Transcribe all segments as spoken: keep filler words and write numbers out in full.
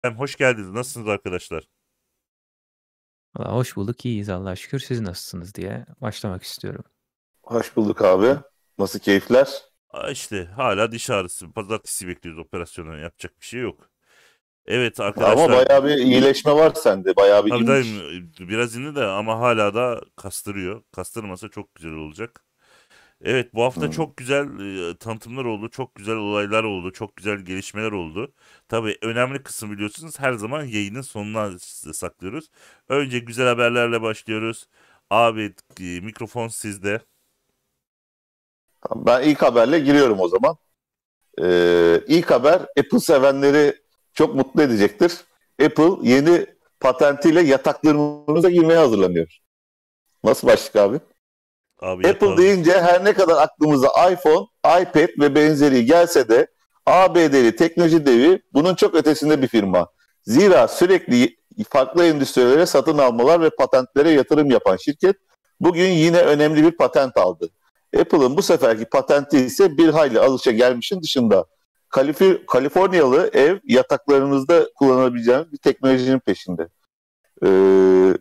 Hem hoş geldiniz. Nasılsınız arkadaşlar? Valla hoş bulduk, iyiyiz Allah'a şükür. Siz nasılsınız diye başlamak istiyorum. Hoş bulduk abi. Nasıl keyifler? Aa, işte hala diş ağrısı. Pazartesi bekliyoruz operasyonu. Yapacak bir şey yok. Evet Ama arkadaşlar. bayağı bir iyileşme var sende. Bayağı bir Tabii dayım inmiş. biraz indi de ama hala da kastırıyor. Kastırmasa çok güzel olacak. Evet bu hafta Hmm. çok güzel e, tanıtımlar oldu. Çok güzel olaylar oldu. Çok güzel gelişmeler oldu. Tabii önemli kısım biliyorsunuz her zaman yayının sonuna s- saklıyoruz. Önce güzel haberlerle başlıyoruz. Abi e, mikrofon sizde. Ben ilk haberle giriyorum o zaman. Ee, ilk haber Apple sevenleri çok mutlu edecektir. Apple yeni patentiyle yataklarımıza girmeye hazırlanıyor. Nasıl başlık abi? Abi Apple yapalım. deyince her ne kadar aklımıza iPhone, iPad ve benzeri gelse de A B D'li teknoloji devi bunun çok ötesinde bir firma. Zira sürekli farklı endüstrilere satın almalar ve patentlere yatırım yapan şirket bugün yine önemli bir patent aldı. Apple'ın bu seferki patenti ise bir hayli alışagelmişin dışında. Kalifi- Kaliforniyalı ev yataklarınızda kullanabileceğiniz bir teknolojinin peşinde. Ee,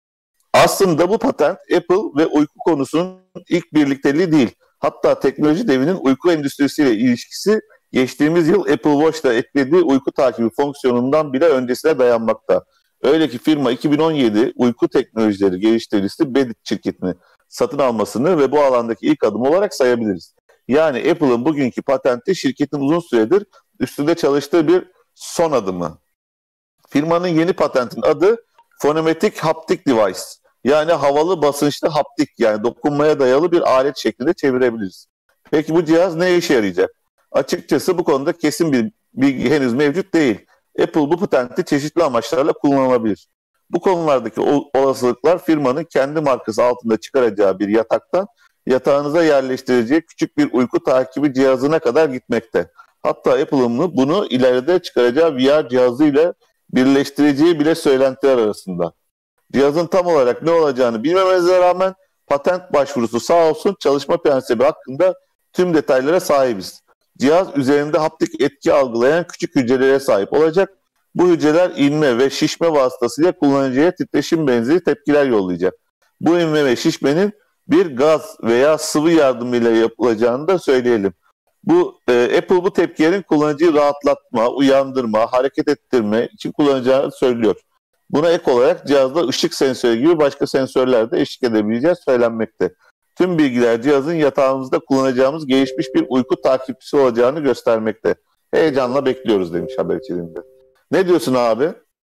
Aslında bu patent Apple ve uyku konusunun ilk birlikteliği değil. Hatta teknoloji devinin uyku endüstrisiyle ilişkisi geçtiğimiz yıl Apple Watch'ta eklediği uyku takibi fonksiyonundan bile öncesine dayanmakta. Öyle ki firma iki bin on yedi uyku teknolojileri geliştiricisi Beddit şirketini satın almasını ve bu alandaki ilk adım olarak sayabiliriz. Yani Apple'ın bugünkü patenti şirketin uzun süredir üstünde çalıştığı bir son adımı. Firmanın yeni patentin adı Phonometric Haptic Device. Yani havalı basınçlı haptik, yani dokunmaya dayalı bir alet şeklinde çevirebiliriz. Peki bu cihaz ne işe yarayacak? Açıkçası bu konuda kesin bir bilgi henüz mevcut değil. Apple bu patenti çeşitli amaçlarla kullanılabilir. Bu konulardaki olasılıklar firmanın kendi markası altında çıkaracağı bir yataktan yatağınıza yerleştireceği küçük bir uyku takibi cihazına kadar gitmekte. Hatta Apple'ın bunu ileride çıkaracağı V R cihazıyla birleştireceği bile söylentiler arasında. Cihazın tam olarak ne olacağını bilmemenize rağmen patent başvurusu sağ olsun çalışma prensibi hakkında tüm detaylara sahibiz. Cihaz üzerinde haptik etki algılayan küçük hücrelere sahip olacak. Bu hücreler inme ve şişme vasıtasıyla kullanıcıya titreşim benzeri tepkiler yollayacak. Bu inme ve şişmenin bir gaz veya sıvı yardımıyla yapılacağını da söyleyelim. Bu e, Apple bu tepkilerin kullanıcıyı rahatlatma, uyandırma, hareket ettirme için kullanacağını söylüyor. Buna ek olarak cihazda ışık sensörü gibi başka sensörler de eşlik edebileceği söylenmekte. Tüm bilgiler cihazın yatağımızda kullanacağımız gelişmiş bir uyku takipçisi olacağını göstermekte. Heyecanla bekliyoruz demiş haber içeriğinde. Ne diyorsun abi?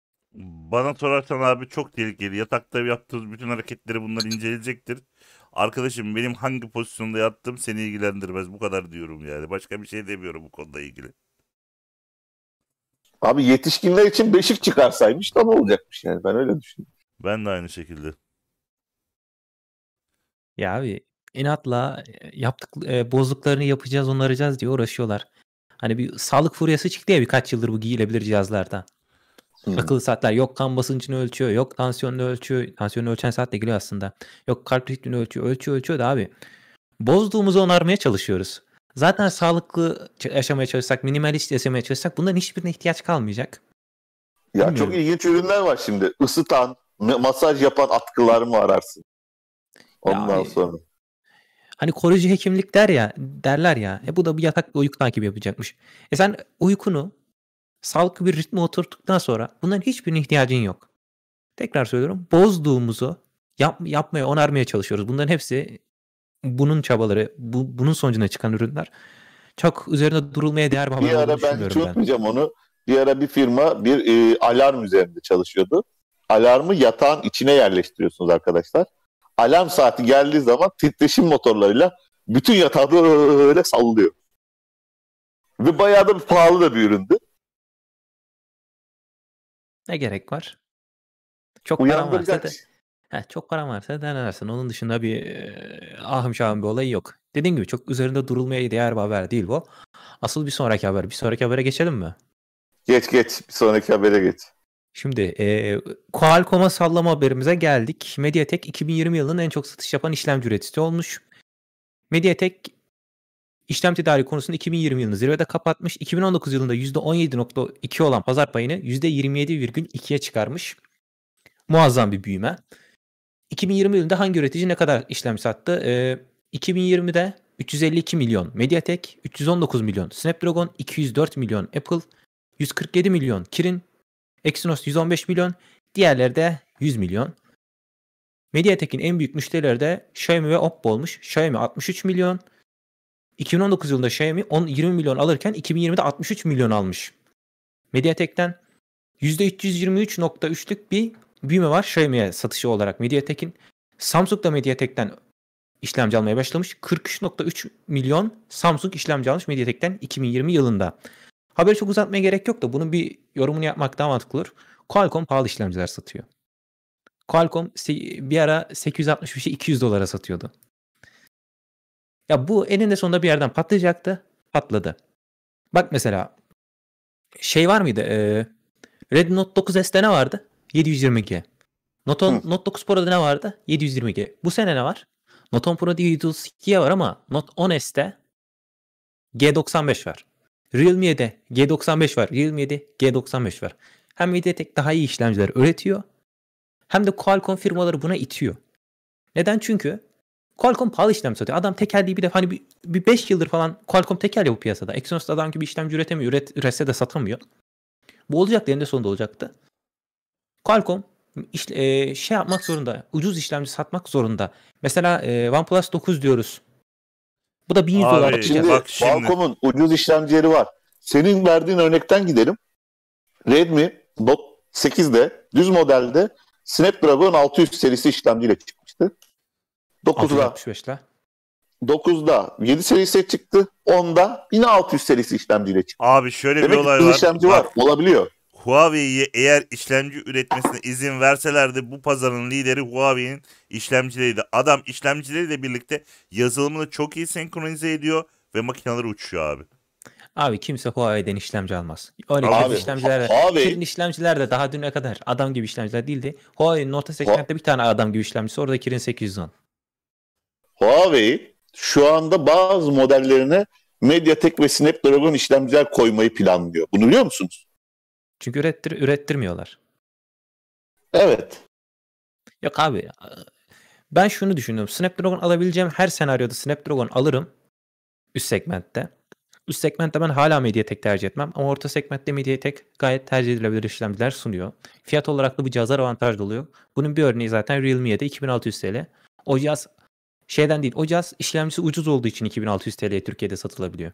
Bana sorarsan abi çok tehlikeli. Yatakta yaptığımız bütün hareketleri bunlar inceleyecektir. Arkadaşım benim hangi pozisyonda yattığım seni ilgilendirmez. Bu kadar diyorum yani. Başka bir şey demiyorum bu konuda ilgili. Abi yetişkinler için beşik çıkarsaymış tam olacakmış yani, ben öyle düşünüyorum. Ben de aynı şekilde. Ya abi inatla e, yaptık e, bozduklarını yapacağız, onaracağız diye uğraşıyorlar. Hani bir sağlık furyası çıktı ya birkaç yıldır bu giyilebilir cihazlarda. Hmm. Akıllı saatler yok kan basıncını ölçüyor, yok tansiyonunu ölçüyor. Tansiyonunu ölçen saat de geliyor aslında. Yok kalp ritmini ölçüyor, ölçüyor, ölçüyor da abi. Bozduğumuzu onarmaya çalışıyoruz. Zaten sağlıklı ç- yaşamaya çalışsak, minimalist yaşamaya çalışsak bunların hiçbirine ihtiyaç kalmayacak. Ya çok Bilmiyorum. ilginç ürünler var şimdi. Isıtan, masaj yapan atkılar mı ararsın? Ya Ondan abi sonra. hani koruyucu hekimlik der ya, derler ya. E bu da bir yatak uyku takibi yapacakmış. E sen uykunu sağlıklı bir ritme oturttuktan sonra bunların hiçbirine ihtiyacın yok. Tekrar söylüyorum. Bozduğumuzu yap, yapmaya, onarmaya çalışıyoruz. Bunların hepsi bunun çabaları, bu, bunun sonucuna çıkan ürünler. Çok üzerinde durulmaya değer bir haber Bir olduğunu ara ben hiç düşünmüyorum ben. unutmayacağım onu. Bir ara bir firma bir e, alarm üzerinde çalışıyordu. Alarmı yatağın içine yerleştiriyorsunuz arkadaşlar. Alarm saati geldiği zaman titreşim motorlarıyla bütün yatağı böyle sallıyor. Ve bayağı da pahalı da bir üründü. Ne gerek var? Çok param varsa da Uyandırgaç. Heh, çok param varsa denersin. Onun dışında bir e, ahım şahım bir olay yok. Dediğim gibi çok üzerinde durulmaya değer bir haber değil bu. Asıl bir sonraki haber. Bir sonraki habere geçelim mi? Geç geç, bir sonraki habere geç. Şimdi e, Qualcomm'a sallama haberimize geldik. MediaTek iki bin yirmi yılının en çok satış yapan işlemci üreticisi olmuş. MediaTek işlem tedariği konusunda iki bin yirmi yılını zirvede kapatmış. iki bin on dokuz yılında yüzde on yedi nokta iki olan pazar payını yüzde yirmi yedi virgül ikiye çıkarmış. Muazzam bir büyüme. iki bin yirmi yılında hangi üretici ne kadar işlem sattı? Ee, iki bin yirmide üç yüz elli iki milyon Mediatek, üç yüz on dokuz milyon Snapdragon, iki yüz dört milyon Apple, yüz kırk yedi milyon Kirin, Exynos yüz on beş milyon, diğerleri de yüz milyon. Mediatek'in en büyük müşterileri de Xiaomi ve Oppo olmuş. Xiaomi altmış üç milyon. iki bin on dokuz yılında Xiaomi on yirmi milyon alırken iki bin yirmide altmış üç milyon almış. Mediatek'ten yüzde üç yüz yirmi üç nokta üçlük bir büyüme var Xiaomi'ye satışı olarak Mediatek'in. Samsung da Mediatek'ten işlemci almaya başlamış. kırk üç nokta üç milyon Samsung işlemci almış Mediatek'ten iki bin yirmi yılında. Haberi çok uzatmaya gerek yok da bunun bir yorumunu yapmak daha mantıklı olur. Qualcomm pahalı işlemciler satıyor. Qualcomm bir ara sekiz yüz altmış beşi iki yüz dolara satıyordu. Ya bu eninde sonunda bir yerden patlayacaktı. Patladı. Bak mesela şey var mıydı? Ee, Redmi Note dokuz S'te ne vardı? yedi yüz yirmi G. Note, on, Note dokuz Pro'da ne vardı? yedi yüz yirmi G. Bu sene ne var? Note on Pro'da yedi yüz otuz iki G var ama Note on S'te G doksan beş var. Realme'de G doksan beş var. Realme'de G doksan beş var. Hem MediaTek daha iyi işlemciler üretiyor. Hem de Qualcomm firmaları buna itiyor. Neden? Çünkü Qualcomm pahalı işlem satıyor. Adam tekel değil bir de hani bir, bir beş yıldır falan Qualcomm tekel ya bu piyasada. Exynos'ta adam gibi işlemci üretemiyor. Üret, üretse de satamıyor. Bu olacaktı. Eninde sonunda olacaktı. Qualcomm işte, e, şey yapmak zorunda. Ucuz işlemci satmak zorunda. Mesela e, OnePlus dokuz diyoruz. Bu da bin yüz dolar. Abi Şimdi bak şimdi. Qualcomm'un ucuz işlemcileri var. Senin verdiğin örnekten gidelim. Redmi Note sekizde düz modelde Snapdragon altı yüz serisi işlemciyle çıkmıştı. dokuzda dokuzda yedi serisi çıktı. onda yine altı yüz serisi işlemciyle çıktı. Abi şöyle Demek bir olay ki var. işlemci Bak, var. Olabiliyor. Huawei'ye eğer işlemci üretmesine izin verselerdi bu pazarın lideri Huawei'nin işlemcileriydi. Adam işlemcileriyle birlikte yazılımını çok iyi senkronize ediyor ve makineler uçuyor abi. Abi kimse Huawei'den işlemci almaz. Öyle Abi, kötü işlemciler. Huawei- Kirin işlemciler de daha düne kadar adam gibi işlemciler değildi. Huawei'nin orta segmentte bir tane adam gibi işlemcisi. Orada Kirin sekiz yüz on. Huawei şu anda bazı modellerine Mediatek ve Snapdragon işlemciler koymayı planlıyor. Bunu biliyor musunuz? Çünkü ürettir, ürettirmiyorlar. Evet. Yok abi. Ben şunu düşünüyorum. Snapdragon alabileceğim her senaryoda Snapdragon alırım. Üst segmentte. Üst segmentte ben hala Mediatek tercih etmem. Ama orta segmentte Mediatek gayet tercih edilebilir işlemciler sunuyor. Fiyat olarak da bu cihazlar avantajlı oluyor. Bunun bir örneği zaten Realme'de iki bin altı yüz TL. O cihaz şeyden değil. O cihaz işlemcisi ucuz olduğu için iki bin altı yüz TL'ye Türkiye'de satılabiliyor.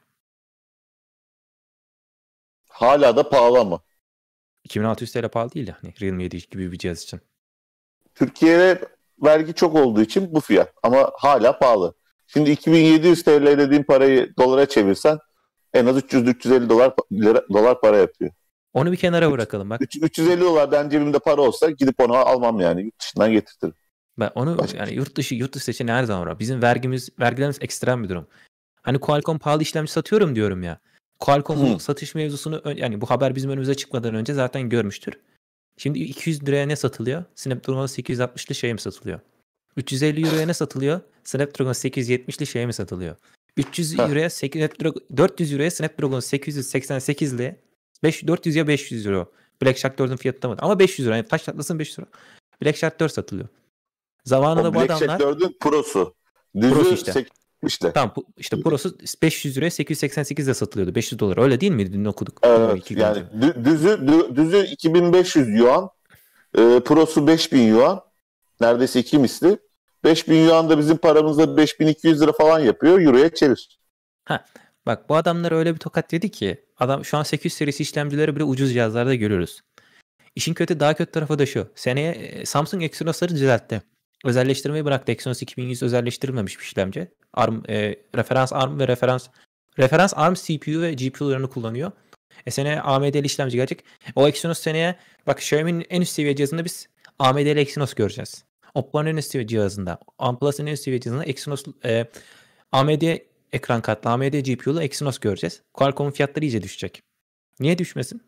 Hala da pahalı ama. iki bin altı yüz TL pahalı değil yani Realme yedi gibi bir cihaz için. Türkiye'de vergi çok olduğu için bu fiyat. Ama hala pahalı. Şimdi iki bin yedi yüz TL dediğin parayı dolara çevirsen en az üç yüz üç yüz elli dolar lira, dolar para yapıyor. Onu bir kenara bırakalım bak. üç yüz elli dolar ben cebimde para olsa gidip onu almam yani. Yurt dışından getirtirim. Ben onu Başka. yani yurt dışı yurt dışı seçeneği her zaman var. Bizim vergimiz vergilerimiz ekstrem bir durum. Hani Qualcomm pahalı işlemci satıyorum diyorum ya. Qualcomm bu Hı. satış mevzusunu yani bu haber bizim önümüze çıkmadan önce zaten görmüştür. Şimdi iki yüz liraya ne satılıyor? Snapdragon sekiz yüz altmışlı şey mi satılıyor? üç yüz elli euroya ne satılıyor? Snapdragon sekiz yüz yetmişli şey mi satılıyor? üç yüz euroya Snapdragon, dört yüz euroya Snapdragon sekiz yüz seksen sekizli dört yüz ya beş yüz euro. Black Shark dördün fiyatı da mı? Ama beş yüz euro. Yani taş çatlasın beş yüz euro. Black Shark dört satılıyor. Zamanında O bu Black adamlar Shark dördün Pro'su. Düzü Pro'su işte. sek- işte. Tamam işte Pro'su beş yüz liraya sekiz yüz seksen sekizde satılıyordu. beş yüz dolar. Öyle değil miydi? Dün okuduk. Evet. İki gün Yani önce. dü- düzü dü- düzü iki bin beş yüz yuan, e, Pro'su beş bin yuan. Neredeyse iki misli. beş bin yuan da bizim paramızda beş bin iki yüz lira falan yapıyor. Euro'ya çevir. Ha, bak bu adamlar öyle bir tokat yedi ki adam şu an sekiz yüz serisi işlemcileri bile ucuz cihazlarda görüyoruz. İşin kötü daha kötü tarafı da şu. Seneye e, Samsung Exynos'ları düzeltti. Özelleştirmeyi bıraktı. Exynos iki bin yüz özelleştirilmemiş bir işlemci. ARM, e, referans ARM ve referans referans ARM C P U ve G P U'larını kullanıyor. E seneye A M D'li işlemci gelecek. O Exynos seneye bak Xiaomi'nin en üst seviye cihazında biz A M D'li Exynos göreceğiz. Oppo'nun en üst seviye cihazında, OnePlus'ın en üst seviye cihazında Exynos e, A M D ekran kartlı, A M D G P U'lu Exynos göreceğiz. Qualcomm'un fiyatları iyice düşecek. Niye düşmesin?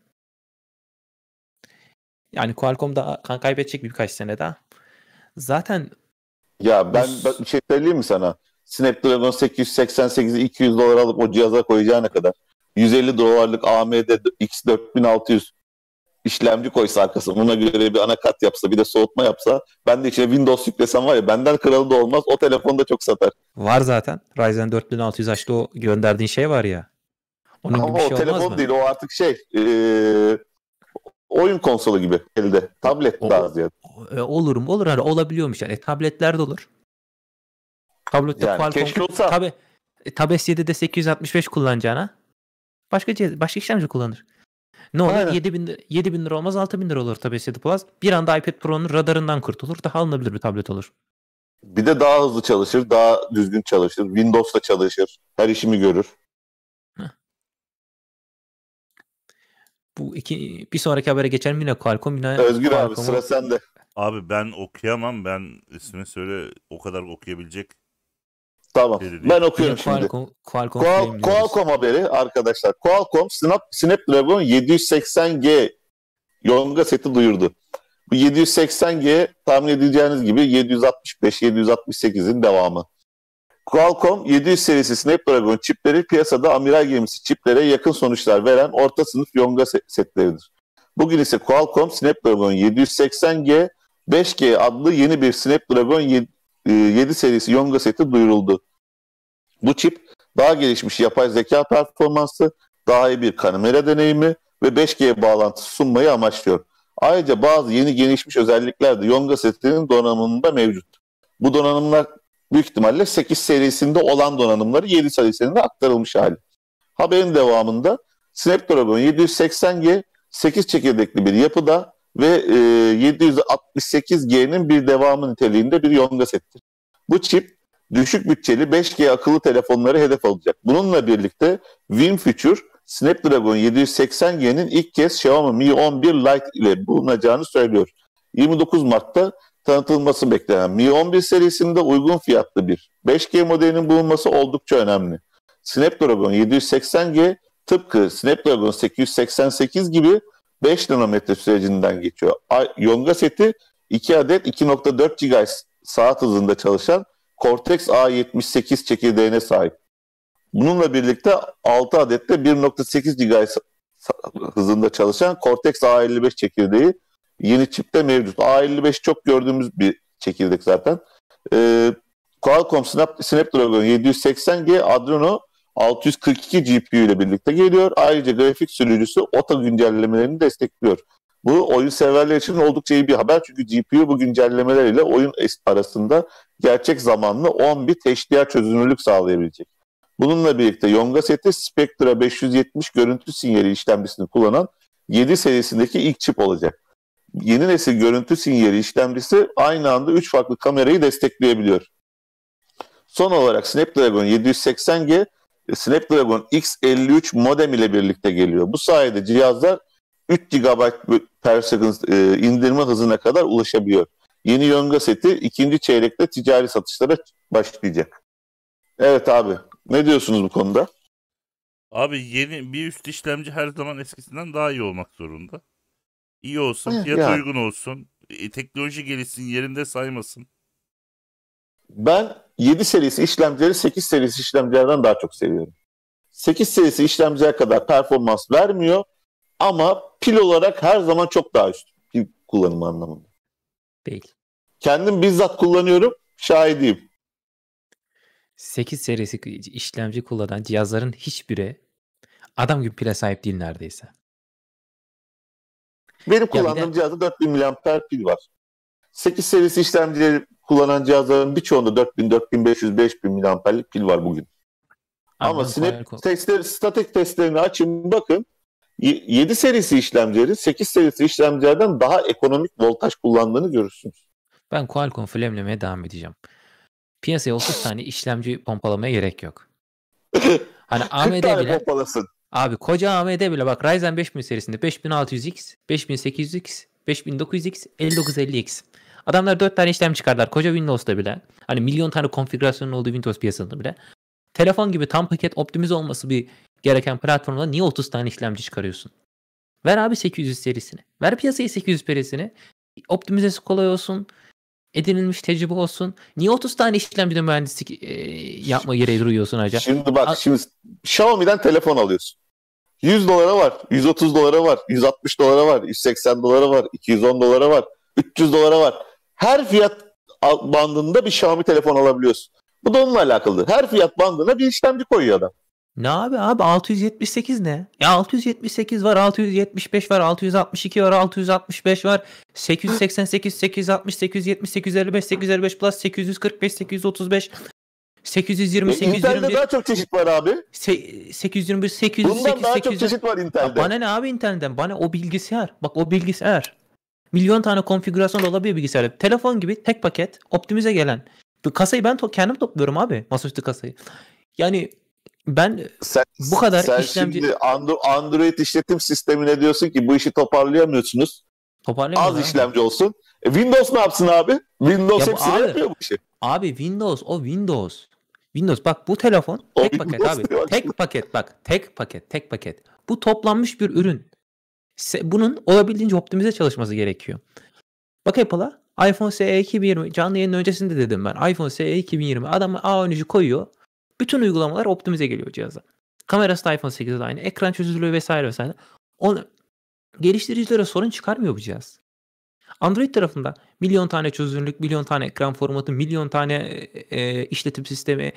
Yani Qualcomm da kan kaybedecek birkaç sene daha. Zaten Ya ben, bu- ben bir şey söyleyeyim mi sana? Snapdragon sekiz yüz seksen sekizi iki yüz dolar alıp o cihaza koyacağına kadar yüz elli dolarlık A M D X dört bin altı yüz işlemci koysa arkasına, buna göre bir anakart yapsa, bir de soğutma yapsa, ben de içine Windows yüklesem var ya, benden kralı da olmaz, o telefonu da çok satar. Var zaten. Ryzen dört bin altı yüz H'te o gönderdiğin şey var ya. Onun Ama gibi bir o şey olmaz telefon mı? değil, o artık şey ee, oyun konsolu gibi elde. Tablet O- daha ziyade. E, olur mu? Olur. Hani olabiliyormuş yani. E, tabletlerde olur. Tablette Yani Qualcomm keşke olsa. tabi e, Tab S yedide sekiz yüz altmış beş kullanacağına başka cihaz, başka işlemci kullanır. Ne olur? Aynen. yedi bin, lira- yedi bin lira olmaz, altı bin lira olur Tab S yedi Plus. Bir anda iPad Pro'nun radarından kurtulur. Daha alınabilir bir tablet olur. Bir de daha hızlı çalışır, daha düzgün çalışır. Windows'ta çalışır. Her işimi görür. Bu iki bir sonraki habere geçelim, yine Qualcomm yine Özgür abi, Qualcomm'un- sıra sende. Abi ben okuyamam. Ben ismini söyle, o kadar okuyabilecek. Tamam. Biri değil. Ben yine okuyorum şimdi. Qualcomm Qualcomm Qual- flame'liyoruz. Qualcomm haberi arkadaşlar. Qualcomm Snap, Snapdragon yedi yüz seksen G Yonga seti duyurdu. Bu yedi yüz seksen G tahmin edeceğiniz gibi yedi yüz altmış beş yedi yüz altmış sekizin devamı. Qualcomm yedi yüz serisi Snapdragon çipleri piyasada amiral gemisi çiplere yakın sonuçlar veren orta sınıf Yonga se- setleridir. Bugün ise Qualcomm Snapdragon yedi yüz seksen G beş G adlı yeni bir Snapdragon yedi serisi Yonga seti duyuruldu. Bu çip daha gelişmiş yapay zeka performansı, daha iyi bir kamera deneyimi ve beş G bağlantısı sunmayı amaçlıyor. Ayrıca bazı yeni gelişmiş özellikler de Yonga setinin donanımında mevcut. Bu donanımlar büyük ihtimalle sekiz serisinde olan donanımları yedi serisinde aktarılmış hali. Haberin devamında Snapdragon yedi yüz seksen G sekiz çekirdekli bir yapıda ve e, yedi yüz altmış sekiz G'nin bir devamı niteliğinde bir Yonga settir. Bu çip düşük bütçeli beş G akıllı telefonları hedef alacak. Bununla birlikte WinFuture Snapdragon yedi yüz seksen G'nin ilk kez Xiaomi Mi on bir Lite ile bulunacağını söylüyor. yirmi dokuz Mart'ta tanıtılması beklenen Mi on bir serisinde uygun fiyatlı bir beş G modelinin bulunması oldukça önemli. Snapdragon yedi yüz seksen G tıpkı Snapdragon sekiz yüz seksen sekiz gibi beş nanometre sürecinden geçiyor. Yonga seti iki adet iki nokta dört gigahertz saat hızında çalışan Cortex A yetmiş sekiz çekirdeğine sahip. Bununla birlikte altı adet de bir nokta sekiz gigahertz hızında çalışan Cortex A elli beş çekirdeği yeni çipte mevcut. A elli beş çok gördüğümüz bir çekirdek zaten. Ee, Qualcomm Snap, Snapdragon yedi yüz seksen G Adreno altı yüz kırk iki G P U ile birlikte geliyor. Ayrıca grafik sürücüsü O T A güncellemelerini destekliyor. Bu oyun severler için oldukça iyi bir haber, çünkü G P U bu güncellemeler ile oyun arasında gerçek zamanlı on bit H D R çözünürlük sağlayabilecek. Bununla birlikte Yonga seti Spectra beş yüz yetmiş görüntü sinyali işlemcisini kullanan yedi serisindeki ilk çip olacak. Yeni nesil görüntü sinyali işlemcisi aynı anda üç farklı kamerayı destekleyebiliyor. Son olarak Snapdragon yedi yüz seksen G Snapdragon X elli üç modem ile birlikte geliyor. Bu sayede cihazlar üç gigabayt per second e, indirme hızına kadar ulaşabiliyor. Yeni Yonga seti ikinci çeyrekte ticari satışlara başlayacak. Evet abi, ne diyorsunuz bu konuda? Abi yeni bir üst işlemci her zaman eskisinden daha iyi olmak zorunda. İyi olsun, Eh, fiyat yani. uygun olsun, e, teknoloji gelişsin, yerinde saymasın. Ben yedi serisi işlemcileri sekiz serisi işlemcilerden daha çok seviyorum. sekiz serisi işlemciler kadar performans vermiyor ama pil olarak her zaman çok daha üst pil kullanımı anlamında. Değil. Kendim bizzat kullanıyorum, şahidiyim. sekiz serisi işlemci kullanan cihazların hiçbiri adam gibi pile sahip değil neredeyse. Benim bir kullandığım de- cihazda dört bin miliamper pil var. sekiz serisi işlemcileri kullanan cihazların birçoğunda dört bin, dört bin beş yüz, beş bin miliamperlik pil var bugün. Ama ben Snap Qualcomm- testleri, statik testlerini açın bakın. yedi serisi işlemcileri sekiz serisi işlemcilerden daha ekonomik voltaj kullandığını görürsünüz. Ben Qualcomm flamlemeye devam edeceğim. Piyasaya otuz tane işlemci pompalamaya gerek yok. Hani kırk A M D tane bile, pompalasın. abi koca A M D bile bak Ryzen beş bin serisinde beş bin altı yüz X, beş bin sekiz yüz X, beş bin dokuz yüz X, elli dokuz elli X. Adamlar dört tane işlem çıkardılar. Koca Windows'ta bile. Hani milyon tane konfigürasyonun olduğu Windows piyasasında bile. Telefon gibi tam paket optimize olması bir gereken platformda niye otuz tane işlemci çıkarıyorsun? Ver abi sekiz yüz serisini. Ver piyasaya sekiz yüz serisini. Optimizesi kolay olsun. edinilmiş tecrübe olsun. Niye otuz tane işlemcide mühendislik e, yapma gereği duyuyorsun acaba? Şimdi bak A- şimdi Xiaomi'den telefon alıyorsun. yüz dolara var, yüz otuz dolara var, yüz altmış dolara var, yüz seksen dolara var, iki yüz on dolara var, üç yüz dolara var. Her fiyat bandında bir Xiaomi telefon alabiliyorsun. Bu da onunla alakalı. Her fiyat bandına bir işlemci koyuyor adam. Ne abi abi altı yüz yetmiş sekiz ne? Ya altı yüz yetmiş sekiz var, altı yüz yetmiş beş var, altı yüz altmış iki var, altı yüz altmış beş var, sekiz yüz seksen sekiz, sekiz yüz altmış, sekiz yüz yetmiş, sekiz yüz elli beş, sekiz yüz elli beş Plus, sekiz yüz kırk beş, sekiz yüz otuz beş, sekiz yüz yirmi, E, sekiz yüz yirmi Intel'de bir, daha çok çeşit var abi. se- sekiz yüz yirmi bir, sekiz yüz Bundan sekiz, daha çok sekiz yüz. çeşit var Ya Intel'de. bana ne abi internetten? Bana o bilgisayar. Bak o bilgisayar. Milyon tane konfigürasyon olabiliyor bilgisayarda. Telefon gibi tek paket optimize gelen. Bu kasayı ben to- kendim topluyorum abi. Masaüstü kasayı. Yani ben Sen, bu kadar sen işlemci şimdi Andro- Android işletim sistemine diyorsun ki bu işi toparlayamıyorsunuz. toparlayamıyorum Az abi. işlemci olsun. E, Windows ne yapsın abi? Windows Ya bu hepsini abi- yapıyor bu işi. Abi Windows o Windows. Windows bak bu telefon O tek paket Windows abi. diyor. Tek paket bak. Tek paket, tek paket. Bu toplanmış bir ürün. Se- Bunun olabildiğince optimize çalışması gerekiyor. Bak Apple'a iPhone S E iki bin yirmi canlı yayının öncesinde dedim ben. iPhone S E iki bin yirmi adam A on üçü koyuyor. Bütün uygulamalar optimize geliyor cihaza. Kamerası da iPhone sekizde de aynı. Ekran çözünürlüğü vesaire vesaire. Onu geliştiricilere sorun çıkarmıyor bu cihaz. Android tarafında milyon tane çözünürlük, milyon tane ekran formatı, milyon tane e, işletim sistemi.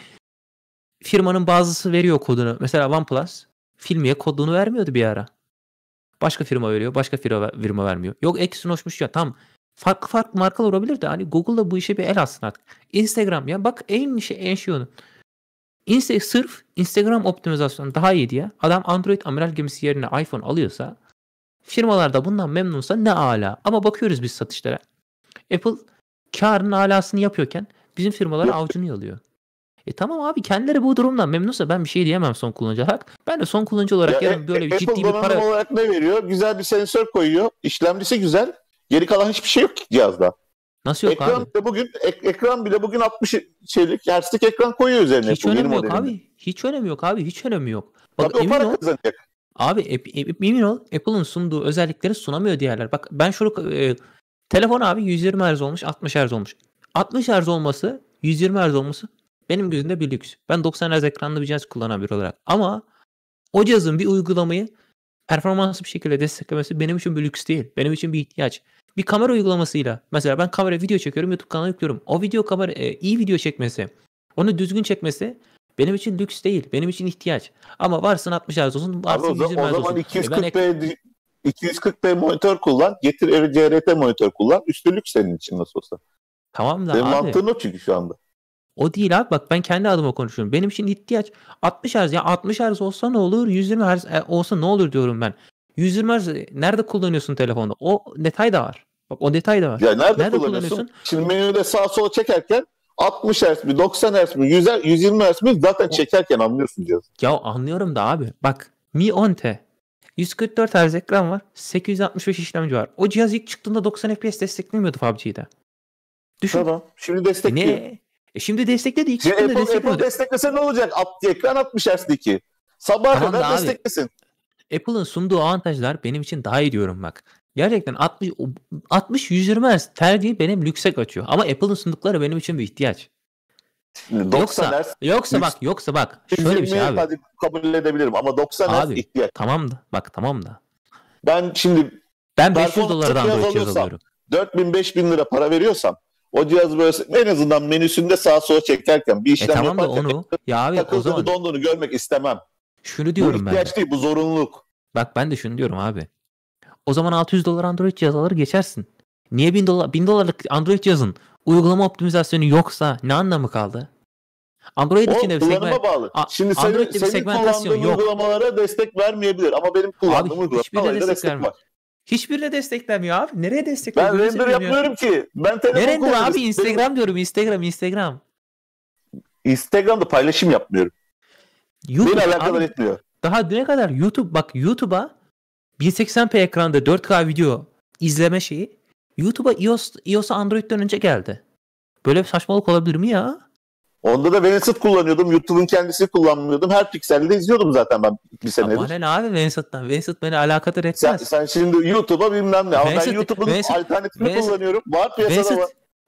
Firmanın bazısı veriyor kodunu. Mesela OnePlus Filmiye kodunu vermiyordu bir ara. Başka firma veriyor, başka firma, firma vermiyor. Yok Exynos'muş ya tam. Farklı farklı markalar olabilir de hani Google'da bu işe bir el atsın artık. Instagram ya bak en şey en şey onun. Insta, sırf Instagram optimizasyonu daha iyi diye adam Android amiral gemisi yerine iPhone alıyorsa firmalar da bundan memnunsa ne ala. Ama bakıyoruz biz satışlara. Apple karının alasını yapıyorken bizim firmalar avucunu yalıyor. E tamam abi kendileri bu durumdan memnunsa ben bir şey diyemem son kullanıcı olarak. Ben de son kullanıcı olarak Ya, yarın böyle bir Apple ciddi bir para... donanım olarak ne veriyor? Güzel bir sensör koyuyor. İşlemcisi güzel. Geri kalan hiçbir şey yok ki cihazda. Nasıl yok ekran abi? bile bugün ek- ekran bile bugün altmış şeylik hertzlik ekran koyuyor üzerine. Hiç Apple, yeni önemi yok modelinde. abi. Hiç önemi yok abi. Hiç önemi yok. Bak Tabii o emin para ol. kazanacak. Abi ep- ep- emin ol Apple'ın sunduğu özellikleri sunamıyor diğerler. Bak ben şunu e, telefon abi yüz yirmi hertz olmuş, altmış hertz olmuş. altmış hertz olması, yüz yirmi hertz olması benim gözümde bir lüks. Ben doksan hertz ekranlı bir cihaz kullanan biri olarak. Ama o cihazın bir uygulamayı performanslı bir şekilde desteklemesi benim için bir lüks değil. Benim için bir ihtiyaç. Bir kamera uygulamasıyla mesela ben kamera video çekiyorum, YouTube kanalına yüklüyorum. O video kamera e, iyi video çekmesi, onu düzgün çekmesi benim için lüks değil. Benim için ihtiyaç. Ama varsın altmış hertz olsun, Abi varsın o, yüz zaman, yirmi o hertz zaman olsun. iki yüz E ben kırk ek- p iki yüz kırk p monitör kullan. Getir C R T monitör kullan. Üstünlük senin için nasıl olsa. tamam da Senin abi. mantığın o çünkü şu anda. O değil abi bak ben kendi adıma konuşuyorum. Benim için ihtiyaç altmış hertz ya altmış hertz olsa ne olur yüz yirmi hertz e, olsa ne olur diyorum ben. yüz yirmi hertz nerede kullanıyorsun telefonda? O detay da var. Bak o detay da var. Ya nerede, Nerede kullanıyorsun? kullanıyorsun? Şimdi menüde sağa sola çekerken altmış hertz mi, doksan hertz mi, yüz, yüz yirmi hertz mi zaten O- çekerken anlıyorsun cihazı. Ya anlıyorum da abi. Bak Mi on T yüz kırk dört hertz ekran var. sekiz yüz altmış beş işlemci var. O cihaz ilk çıktığında doksan F P S desteklemiyordu P U B G'de. Düşün. Tamam. Şimdi destekliyor. Ne? E şimdi destekledi. İlk Şimdi çıktığında Apple, Apple desteklemiyordu. desteklese ne olacak? At, ekran altmış hertz'deki. Sabaha Tamam da kadar abi. desteklesin. Apple'ın sunduğu avantajlar benim için daha iyi diyorum bak. Gerçekten altmış altmış yüz yirmi hertz tercihi benim lükse kaçıyor. Ama Apple'ın sundukları benim için bir ihtiyaç. Şimdi doksan Yoksa hertz yoksa lüks- bak yoksa bak şöyle bir şey yüz yirmi abi. hadi kabul edebilirim ama doksan hertz Abi ihtiyaç. tamam da bak tamam da. Ben şimdi Ben beş yüz Performansı dolardan biraz Android cihaz alırsam, alıyorum. dört bin beş bin lira para veriyorsam o cihazı böyle en azından menüsünde sağa sola çekerken bir E işlem tamam da yaparken onu ya abi o takıldığını zaman donduğunu görmek istemem. şunu Bu diyorum ben. de. ihtiyaç değil, bu zorunluluk. Bak ben de şunu diyorum abi. O zaman altı yüz dolar Android cihaz alır geçersin. Niye bin dolar bin dolarlık Android cihazın uygulama optimizasyonu yoksa ne anlamı kaldı? Android O içinde bir kullanıma segment bağlı. A- Şimdi senin, Android'de bir senin segmentasyon kullandığın yok. uygulamalara destek vermeyebilir ama benim kullandığım Abi hiçbirine uygulamalara destek destek vermiyor. var. Hiçbirine desteklemiyor abi. Nereye destekliyor? Ben Gözünü render seveyim ya. yapmıyorum ki. Ben telefon Ne render kullanıyorum. abi? Benim- Instagram diyorum. Instagram, Instagram. Instagram'da paylaşım yapmıyorum. YouTube Beni alakadar abi, etmiyor. daha düne kadar YouTube bak YouTube'a bin seksen p ekranda dört K video izleme şeyi YouTube'a iOS iOS'a Android'den önce geldi. Böyle bir saçmalık olabilir mi ya? Onda da Venus'u kullanıyordum. YouTube'un kendisini kullanmıyordum. Her pikselde izliyordum zaten ben bir Ya senedir. bana ne abi Vincent'tan? Vincent beni alakadar Sen, etmez. sen şimdi YouTube'a bilmem ne. Ama ben Vincent- YouTube'un Vincent- alternatifini Vincent- kullanıyorum. Var piyasada Vincent, var.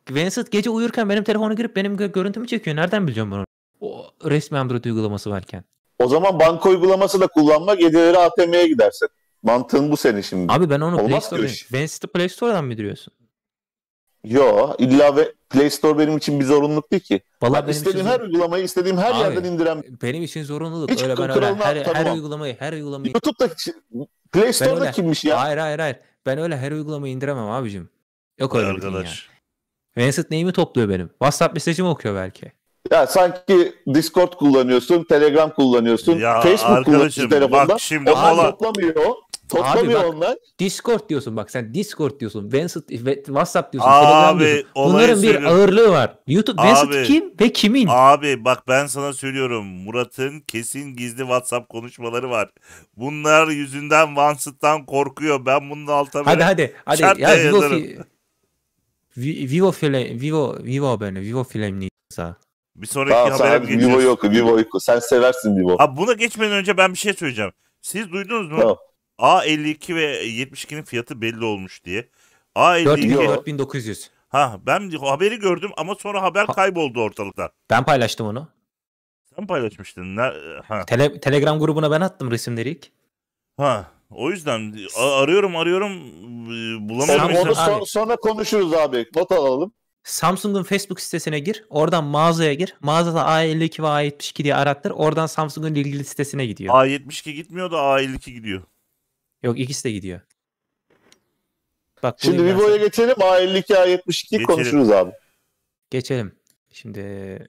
Vincent gece uyurken benim telefona girip benim gö- görüntümü çekiyor. Nereden bileceğim bunu? O resmi Android uygulaması varken. O zaman banka uygulaması da kullanma, geceleri A T M'ye gidersin. Mantığın bu senin şimdi. Abi ben onu Play Olmaz ki Store'dan... o iş. Vincent'ı Play Store'dan mı diyorsun? Yo, illa ve Play Store benim için bir zorunluluk değil ki. Vallahi Ben benim istediğim için her zor- uygulamayı istediğim her Abi, yerden indirem. Benim için zorunluluk. Hiç öyle ben öyle kralını her, her tanımam. uygulamayı her uygulamayı YouTube'da Play ben Store'da öyle kimmiş ya? hayır hayır hayır. Ben öyle her uygulamayı indiremem abicim. Yok Vay öyle bir dünya. arkadaş. Vincent neyimi topluyor benim? WhatsApp mesajımı okuyor belki. Ya sanki Discord kullanıyorsun, Telegram kullanıyorsun, Ya Facebook kullanıyorsun arkadaşım, telefonda. bak şimdi Onlar mola- toplamıyor. Toplamıyor Abi bak, onlar. Discord diyorsun bak sen Discord diyorsun. Vincent ve WhatsApp diyorsun. Telegram Abi diyorsun. olayı Bunların bir söylüyorum. ağırlığı var. YouTube Vincent Abi. kim ve kimin? Abi bak ben sana söylüyorum. Murat'ın kesin gizli WhatsApp konuşmaları var. Bunlar yüzünden Vincent'tan korkuyor. Ben bunun altına Hadi böyle hadi hadi şart ya diye Vivo yazarım. fi- Vi- Vivo film Vivo Vivo böyle Vivo film neyse. Bir sonraki Tamam, habere mi sen Vivo geçiyoruz? yok, Vivo yok. Sen seversin Vivo. Abi buna geçmeden önce ben bir şey söyleyeceğim. Siz duydunuz mu? Tamam. A elli iki ve yetmiş ikinin fiyatı belli olmuş diye. A elli iki Yok. dört bin dokuz yüz. ha ben haberi gördüm ama sonra haber Ha- kayboldu ortalıktan. Ben paylaştım onu. Sen paylaşmıştın. Ne, ha. Tele- Telegram grubuna ben attım resimleri ilk. Ha. O yüzden a- arıyorum arıyorum e, bulamıyorum. Sen Samsung- insan- onu son- Abi. sonra konuşuruz abi. Not alalım. Samsung'un Facebook sitesine gir. Oradan mağazaya gir. Mağazada A elli iki ve A yetmiş iki diye arattır. Oradan Samsung'un ilgili sitesine gidiyor. A yetmiş iki gitmiyor da A elli iki gidiyor. Yok ikisi de gidiyor. Bak Şimdi bulayım ben Vivo'ya sana. geçelim. A elli iki, A yetmiş iki Geçelim. konuşuruz abi. Geçelim. Şimdi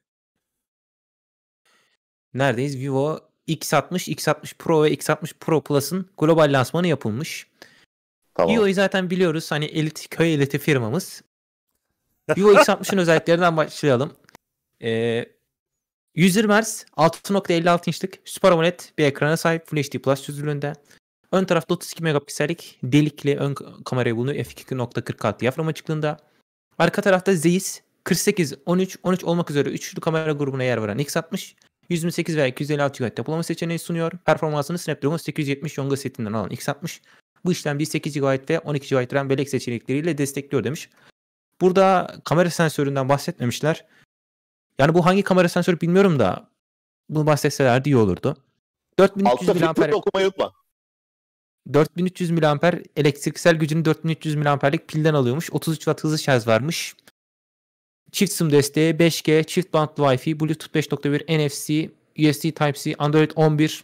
neredeyiz? Vivo X altmış, X altmış Pro ve X altmış Pro Plus'ın global lansmanı yapılmış. Tamam. Vivo'yu zaten biliyoruz. Hani elit, köy eliti firmamız. Vivo X altmışın özelliklerinden başlayalım. Ee, yüz yirmi hertz altı nokta elli altı inçlik Super AMOLED bir ekrana sahip Full H D Plus çözünürlüğünde. Ön tarafta otuz iki megapiksellik delikli ön kamerayı bulunuyor. f iki nokta kırk altı diyafram açıklığında. Arka tarafta Zeiss kırk sekiz, on üç, on üç olmak üzere üçlü kamera grubuna yer veren X altmış yüz yirmi sekiz veya iki yüz elli altı gigabayt depolama seçeneği sunuyor. Performansını Snapdragon sekiz yüz yetmiş Yonga setinden alan X altmış bu işlemciyi sekiz gigabayt ve on iki gigabayt RAM bellek seçenekleriyle destekliyor demiş. Burada kamera sensöründen bahsetmemişler. Yani bu hangi kamera sensörü bilmiyorum da bunu bahsetselerdi iyi olurdu. dört bin üç yüz Altta miliamper Fitbit okumayı unutma. dört bin üç yüz miliamper elektriksel gücünü dört bin üç yüz miliamperlik pilden alıyormuş. otuz üç watt hızlı şarj varmış. Çift sim desteği, beş G, çift bantlı Wi-Fi, Bluetooth beş nokta bir, N F C, U S B Type-C, Android on bir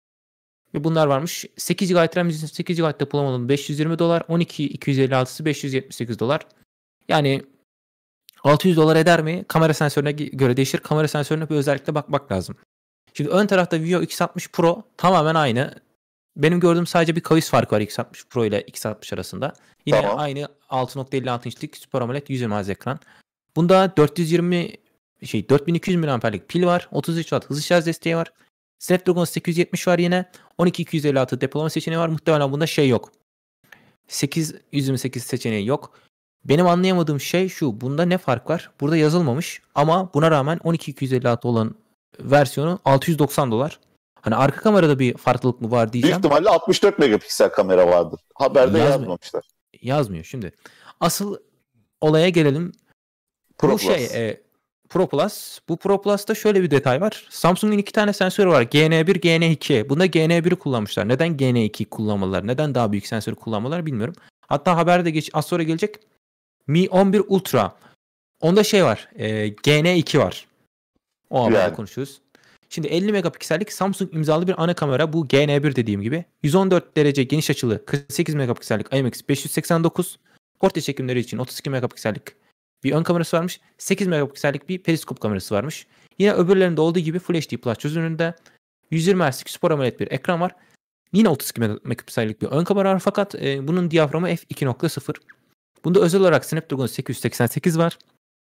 ve bunlar varmış. sekiz gigabayt RAM, sekiz gigabayt depolama beş yüz yirmi dolar, on iki iki yüz elli altısı beş yüz yetmiş sekiz dolar. Yani altı yüz dolar eder mi? Kamera sensörüne göre değişir. Kamera sensörüne bir özellikle bakmak lazım. Şimdi ön tarafta Vivo X altmış Pro tamamen aynı. Benim gördüğüm sadece bir kavis farkı var X altmış Pro ile X altmış arasında. Yine Tamam. aynı altı nokta elli altı inçlik Super AMOLED yüz yirmi hertz ekran. Bunda dört yüz yirmi şey dört bin iki yüz miliamperlik pil var. otuz üç watt hızlı şarj desteği var. Snapdragon sekiz yüz yetmiş var yine. on iki iki yüz elli altı depolama seçeneği var. Muhtemelen bunda şey yok. sekiz yüz yirmi sekiz seçeneği yok. Benim anlayamadığım şey şu. Bunda ne fark var? Burada yazılmamış ama buna rağmen on iki iki yüz elli altı olan versiyonu altı yüz doksan dolar. Hani arka kamerada bir farklılık mı var Büyük diyeceğim. ihtimalle altmış dört megapiksel kamera vardır. Haberde Yazmıyor. yazmamışlar. Yazmıyor şimdi. Asıl olaya gelelim. Pro bu Plus. şey e, Pro Plus. Bu Pro Plus'ta şöyle bir detay var. Samsung'un iki tane sensörü var. G N bir, G N iki. Bunda G N bir'i kullanmışlar. Neden G N ikiyi kullanmalılar? Neden daha büyük sensörü kullanmalılar bilmiyorum. Hatta haberde geç, az sonra gelecek. Mi on bir Ultra. Onda şey var. E, G N iki var. O haberde Yani. konuşuyoruz. Şimdi elli megapiksellik Samsung imzalı bir ana kamera. Bu G N bir dediğim gibi. yüz on dört derece geniş açılı kırk sekiz megapiksellik I M X beş yüz seksen dokuz. Portre çekimleri için otuz iki megapiksellik bir ön kamerası varmış. sekiz megapiksellik bir periskop kamerası varmış. Yine öbürlerinde olduğu gibi Full H D Plus çözünürlüğünde yüz yirmi hertzlik Super AMOLED bir ekran var. Yine otuz iki megapiksellik bir ön kamera var fakat e, bunun diyaframı f iki nokta sıfır. Bunda özel olarak Snapdragon sekiz yüz seksen sekiz var.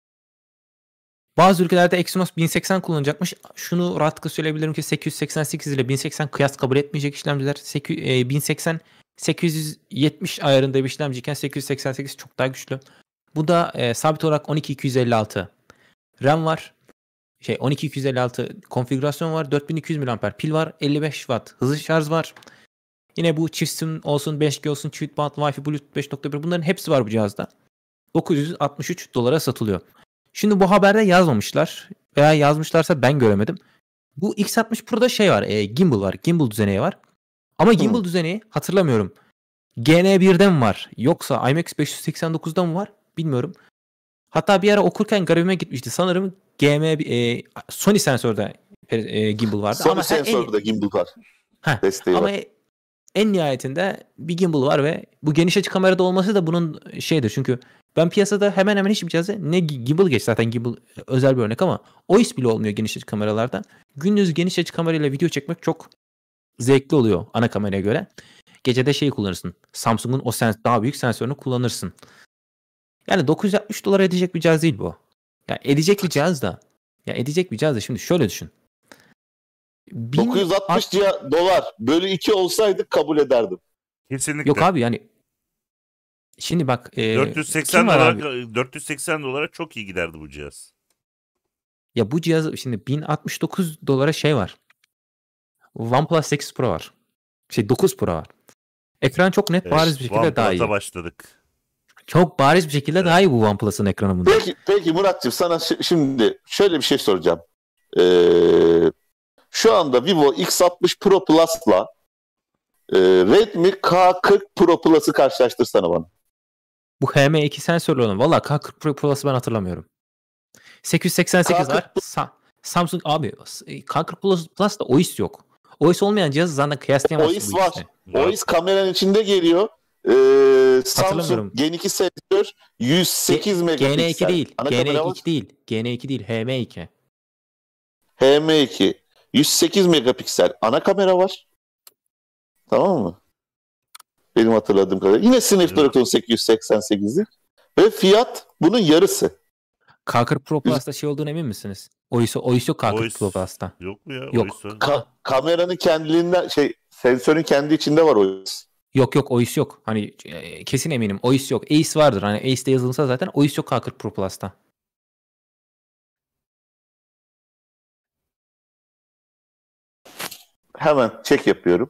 Bazı ülkelerde Exynos bin seksen kullanacakmış. Şunu rahatlıkla söyleyebilirim ki sekiz yüz seksen sekiz ile bin seksen kıyas kabul etmeyecek işlemciler. bin seksen sekiz yüz yetmiş ayarında bir işlemciyken sekiz yüz seksen sekiz çok daha güçlü. Bu da e, sabit olarak on iki iki yüz elli altı RAM var. Şey on iki iki yüz elli altı konfigürasyon var. dört bin iki yüz miliamper pil var. elli beş watt hızlı şarj var. Yine bu çift sim olsun, beş G olsun, çift band, Wi-Fi, Bluetooth beş nokta bir bunların hepsi var bu cihazda. dokuz yüz altmış üç dolara satılıyor. Şimdi bu haberde yazmamışlar veya yazmışlarsa ben göremedim. Bu X altmış Pro'da şey var, e, gimbal var. Gimbal düzeneği var. Ama gimbal Hı. düzeneği hatırlamıyorum. G N bir'de mi var yoksa I M X beş yüz seksen dokuzda mı var bilmiyorum. Hatta bir ara okurken garibime gitmişti. Sanırım G M e, Sony sensörde e, gimbal vardı. Sony ama her- en, sensörde gimbal var. Heh, Desteği ama var. e- en nihayetinde bir gimbal var ve bu geniş açı kamerada olması da bunun şeydir. Çünkü ben piyasada hemen hemen hiçbir cihazda ne gi- gimbal geç zaten gimbal e, özel bir örnek ama O I S bile olmuyor geniş açı kameralarda. Gündüz geniş açı kamerayla video çekmek çok zevkli oluyor ana kameraya göre. Gece de şeyi kullanırsın. Samsung'un o sens daha büyük sensörünü kullanırsın. Yani dokuz yüz altmış dolar edecek bir cihaz değil bu. Ya edecek bir cihaz da. Ya edecek bir cihaz da şimdi şöyle düşün. Bin- dokuz yüz altmış ciha- dolar bölü iki olsaydı kabul ederdim. Kesinlikle. Yok abi yani şimdi bak e, dört yüz seksen kim var dolara, abi? dört yüz seksen dolara çok iyi giderdi bu cihaz. Ya bu cihaz şimdi bin altmış dokuz dolara şey var. OnePlus sekiz Pro var. Şey dokuz Pro var. Ekran çok net bariz bir şekilde daha iyi. OnePlus'a başladık. Çok bariz bir şekilde daha iyi bu OnePlus'ın ekranı bundan. Peki, peki Muratcığım sana şi- şimdi şöyle bir şey soracağım. Ee, şu anda Vivo X altmış Pro Plus'la e, Redmi K kırk Pro Plus'ı karşılaştırsana bana. Bu H M iki sensörlü olan. Valla K kırk Pro Plus'ı ben hatırlamıyorum. sekiz yüz seksen sekiz K var. Sa- Samsung abi K kırk Plus, Plus'ta O I S yok. O I S olmayan cihazı zaten kıyaslayamazsın. O I S bu var. ikisini. O I S kameranın içinde geliyor. Ee, Samsung Hatırlamıyorum. Gen iki sensör yüz sekiz G- megapiksel. G N iki değil. Ana G N kamera var. iki değil. G N iki değil. H M iki. H M iki yüz sekiz megapiksel ana kamera var. Tamam mı? Benim hatırladığım kadarıyla. Yine Snapdragon sekiz yüz seksen sekiz'di. Ve fiyat bunun yarısı. K kırk Pro Plus'ta şey olduğunu emin misiniz? O I S, O I S yok K O kırk I S Pro Plus'ta. Yok mu ya? Yok. O I S. Ka- kameranın kendiliğinden şey sensörün kendi içinde var o I S. Yok yok O I S yok. Hani e, kesin eminim O I S yok. Ace vardır. Hani Ace'de yazılırsa zaten O I S yok K kırk Pro Plus'ta. Hemen check yapıyorum.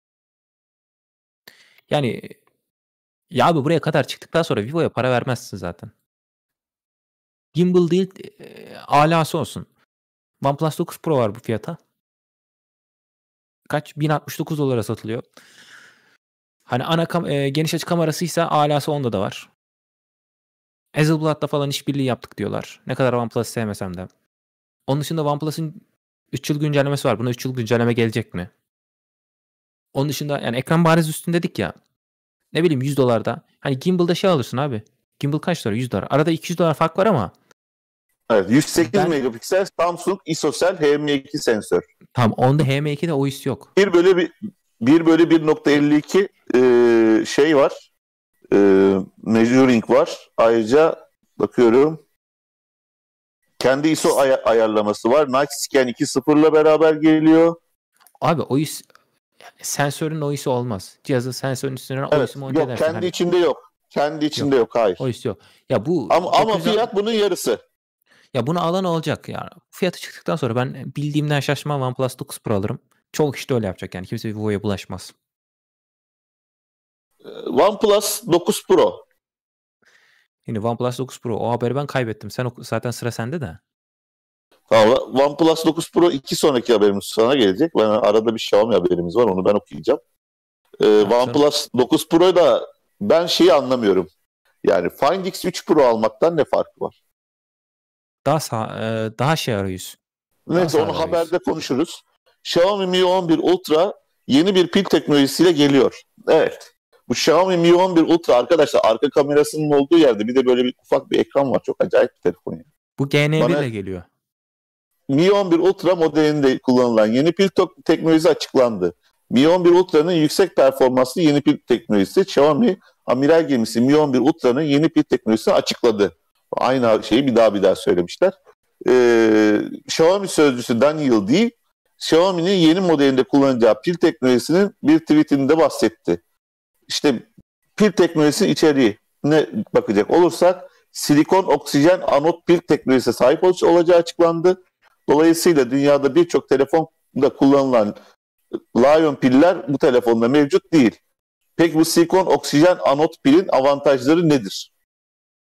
Yani ya abi buraya kadar çıktıktan sonra Vivo'ya para vermezsin zaten. Gimbal değil e, alası olsun. OnePlus dokuz Pro var bu fiyata. Kaç? bin altmış dokuz dolara satılıyor. Hani ana kam- e, geniş açı kamerasıysa alası onda da var. Hasselblad'la falan işbirliği yaptık diyorlar. Ne kadar OnePlus sevmesem de. Onun dışında OnePlus'ın üç yıl güncellemesi var. Buna üç yıl güncelleme gelecek mi? Onun dışında yani ekran bariz üstün dedik ya. Ne bileyim yüz dolarda. Hani gimbal'da şey alırsın abi. Gimbal kaç dolar? yüz dolar. Arada iki yüz dolar fark var ama Evet, yüz sekiz Ben- megapiksel Samsung ISOCELL H M iki sensör. tam onda H M iki'de O I S yok. bir bölü bir, bir bölü bir nokta elli iki e, şey var. E, measuring var. Ayrıca bakıyorum kendi I S O ay- ayarlaması var. Night Scan iki nokta sıfır ile beraber geliyor. Abi O I S sensörün O I S olmaz. Cihazın sensörün üstüne O I Evet. S'i monte Yok edersin. kendi Hani içinde yok. Kendi içinde yok. Hayır. O I S yok. Ya bu Ama, ama dokuz yüz fiyat bunun yarısı. Ya bunu alan olacak ya. Fiyatı çıktıktan sonra ben bildiğimden şaşmam OnePlus dokuz Pro alırım. Çoğu kişi de öyle yapacak yani. Kimse Vivo'ya bulaşmaz. OnePlus dokuz Pro. Yine OnePlus dokuz Pro. O haberi ben kaybettim. Sen oku- zaten sıra sende de. Tamam, OnePlus dokuz Pro iki sonraki haberimiz sana gelecek. Ben arada bir Xiaomi haberimiz var. Onu ben okuyacağım. Ee, canım. OnePlus dokuz Pro'da ben şeyi anlamıyorum. Yani Find X üç Pro almaktan ne farkı var? Daha sağ, e, daha şey arayüz. Neyse Daha onu sağ haberde konuşuruz. Xiaomi Mi on bir Ultra yeni bir pil teknolojisiyle geliyor. Evet. Bu Xiaomi Mi on bir Ultra arkadaşlar arka kamerasının olduğu yerde bir de böyle bir ufak bir ekran var. Çok acayip bir telefon ya. Bu G N bir Bana- ile geliyor. Mi on bir Ultra modelinde kullanılan yeni pil tok- teknolojisi açıklandı. Mi on bir Ultra'nın yüksek performanslı yeni pil teknolojisi Xiaomi amiral gemisi Mi on bir Ultra'nın yeni pil teknolojisini açıkladı. Aynı şeyi bir daha bir daha söylemişler. Ee, Xiaomi sözcüsü Daniel Di, Xiaomi'nin yeni modelinde kullanacağı pil teknolojisinin bir tweetinde bahsetti. İşte pil teknolojisinin içeriğine bakacak olursak silikon oksijen anot pil teknolojisine sahip ol- olacağı açıklandı. Dolayısıyla dünyada birçok telefonda kullanılan Lion piller bu telefonda mevcut değil. Peki bu silikon oksijen anot pilin avantajları nedir?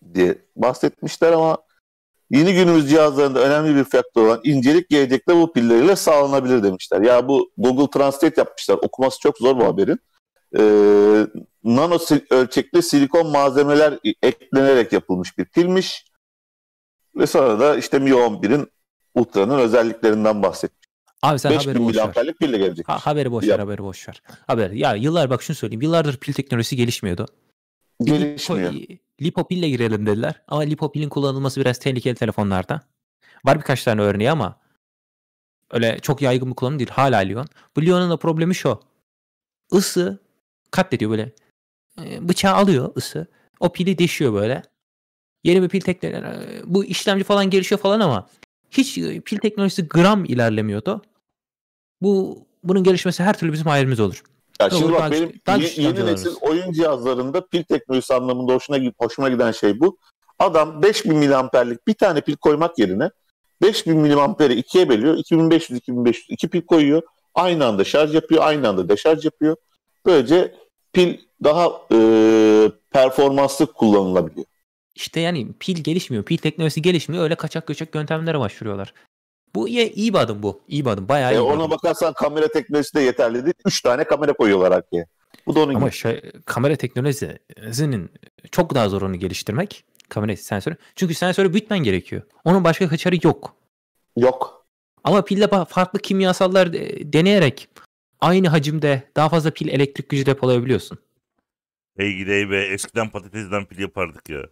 diye bahsetmişler ama yeni günümüz cihazlarında önemli bir faktör olan incelik gelecekte bu pilleriyle sağlanabilir demişler. Ya bu Google Translate yapmışlar. Okuması çok zor bu haberin. Ee, nano ölçekli silikon malzemeler eklenerek yapılmış bir pilmiş. Ve sonra da işte Mi on birin Ultra'nın özelliklerinden bahsetmiş. Abi sen haberi boş ver. beş bin miliamperlik pille gelecek. Ha, haberi boş ver, haberi boş ver. Haber. Ya yıllar bak şunu söyleyeyim. Yıllardır pil teknolojisi gelişmiyordu. Gelişmiyor. Lipo, lipopille girelim dediler. Ama lipopilin kullanılması biraz tehlikeli telefonlarda. Var birkaç tane örneği ama öyle çok yaygın bir kullanım değil. Hala Lion. Bu Lion'un da problemi şu. Isı katlediyor böyle. E, bıçağı alıyor ısı. O pili deşiyor böyle. Yeni bir pil teknolojisi. Bu işlemci falan gelişiyor falan ama hiç pil teknolojisi gram ilerlemiyordu. Bu bunun gelişmesi her türlü bizim hayrımız olur. Ya şimdi Olur, bak daha benim güçlü- daha ye- güçlü yeni işlemciler nesil var. oyun cihazlarında pil teknolojisi anlamında hoşuna, hoşuma giden şey bu. Adam beş bin miliamperlik bir tane pil koymak yerine beş bin miliamperi ikiye bölüyor. iki bin beş yüz iki bin beş yüz iki pil koyuyor. Aynı anda şarj yapıyor, aynı anda deşarj yapıyor. Böylece pil daha e, performanslı kullanılabiliyor. İşte yani pil gelişmiyor. Pil teknolojisi gelişmiyor. Öyle kaçak göçek yöntemlere başvuruyorlar. Bu iyi, iyi bir adım bu. İyi bir adım. Bayağı iyi E, bir ona adım. bakarsan kamera teknolojisi de yeterli değil. üç tane kamera koyuyorlar arkaya. Bu da onun Ama gibi. şey, kamera teknolojisinin çok daha zor onu geliştirmek. Kamera sensörü. Çünkü sensörü büyütmen gerekiyor. Onun başka kaçarı yok. Yok. Ama pille ba- farklı kimyasallar de- deneyerek aynı hacimde daha fazla pil elektrik gücü depolayabiliyorsun. Hey gidey be, eskiden patatesden pil yapardık ya.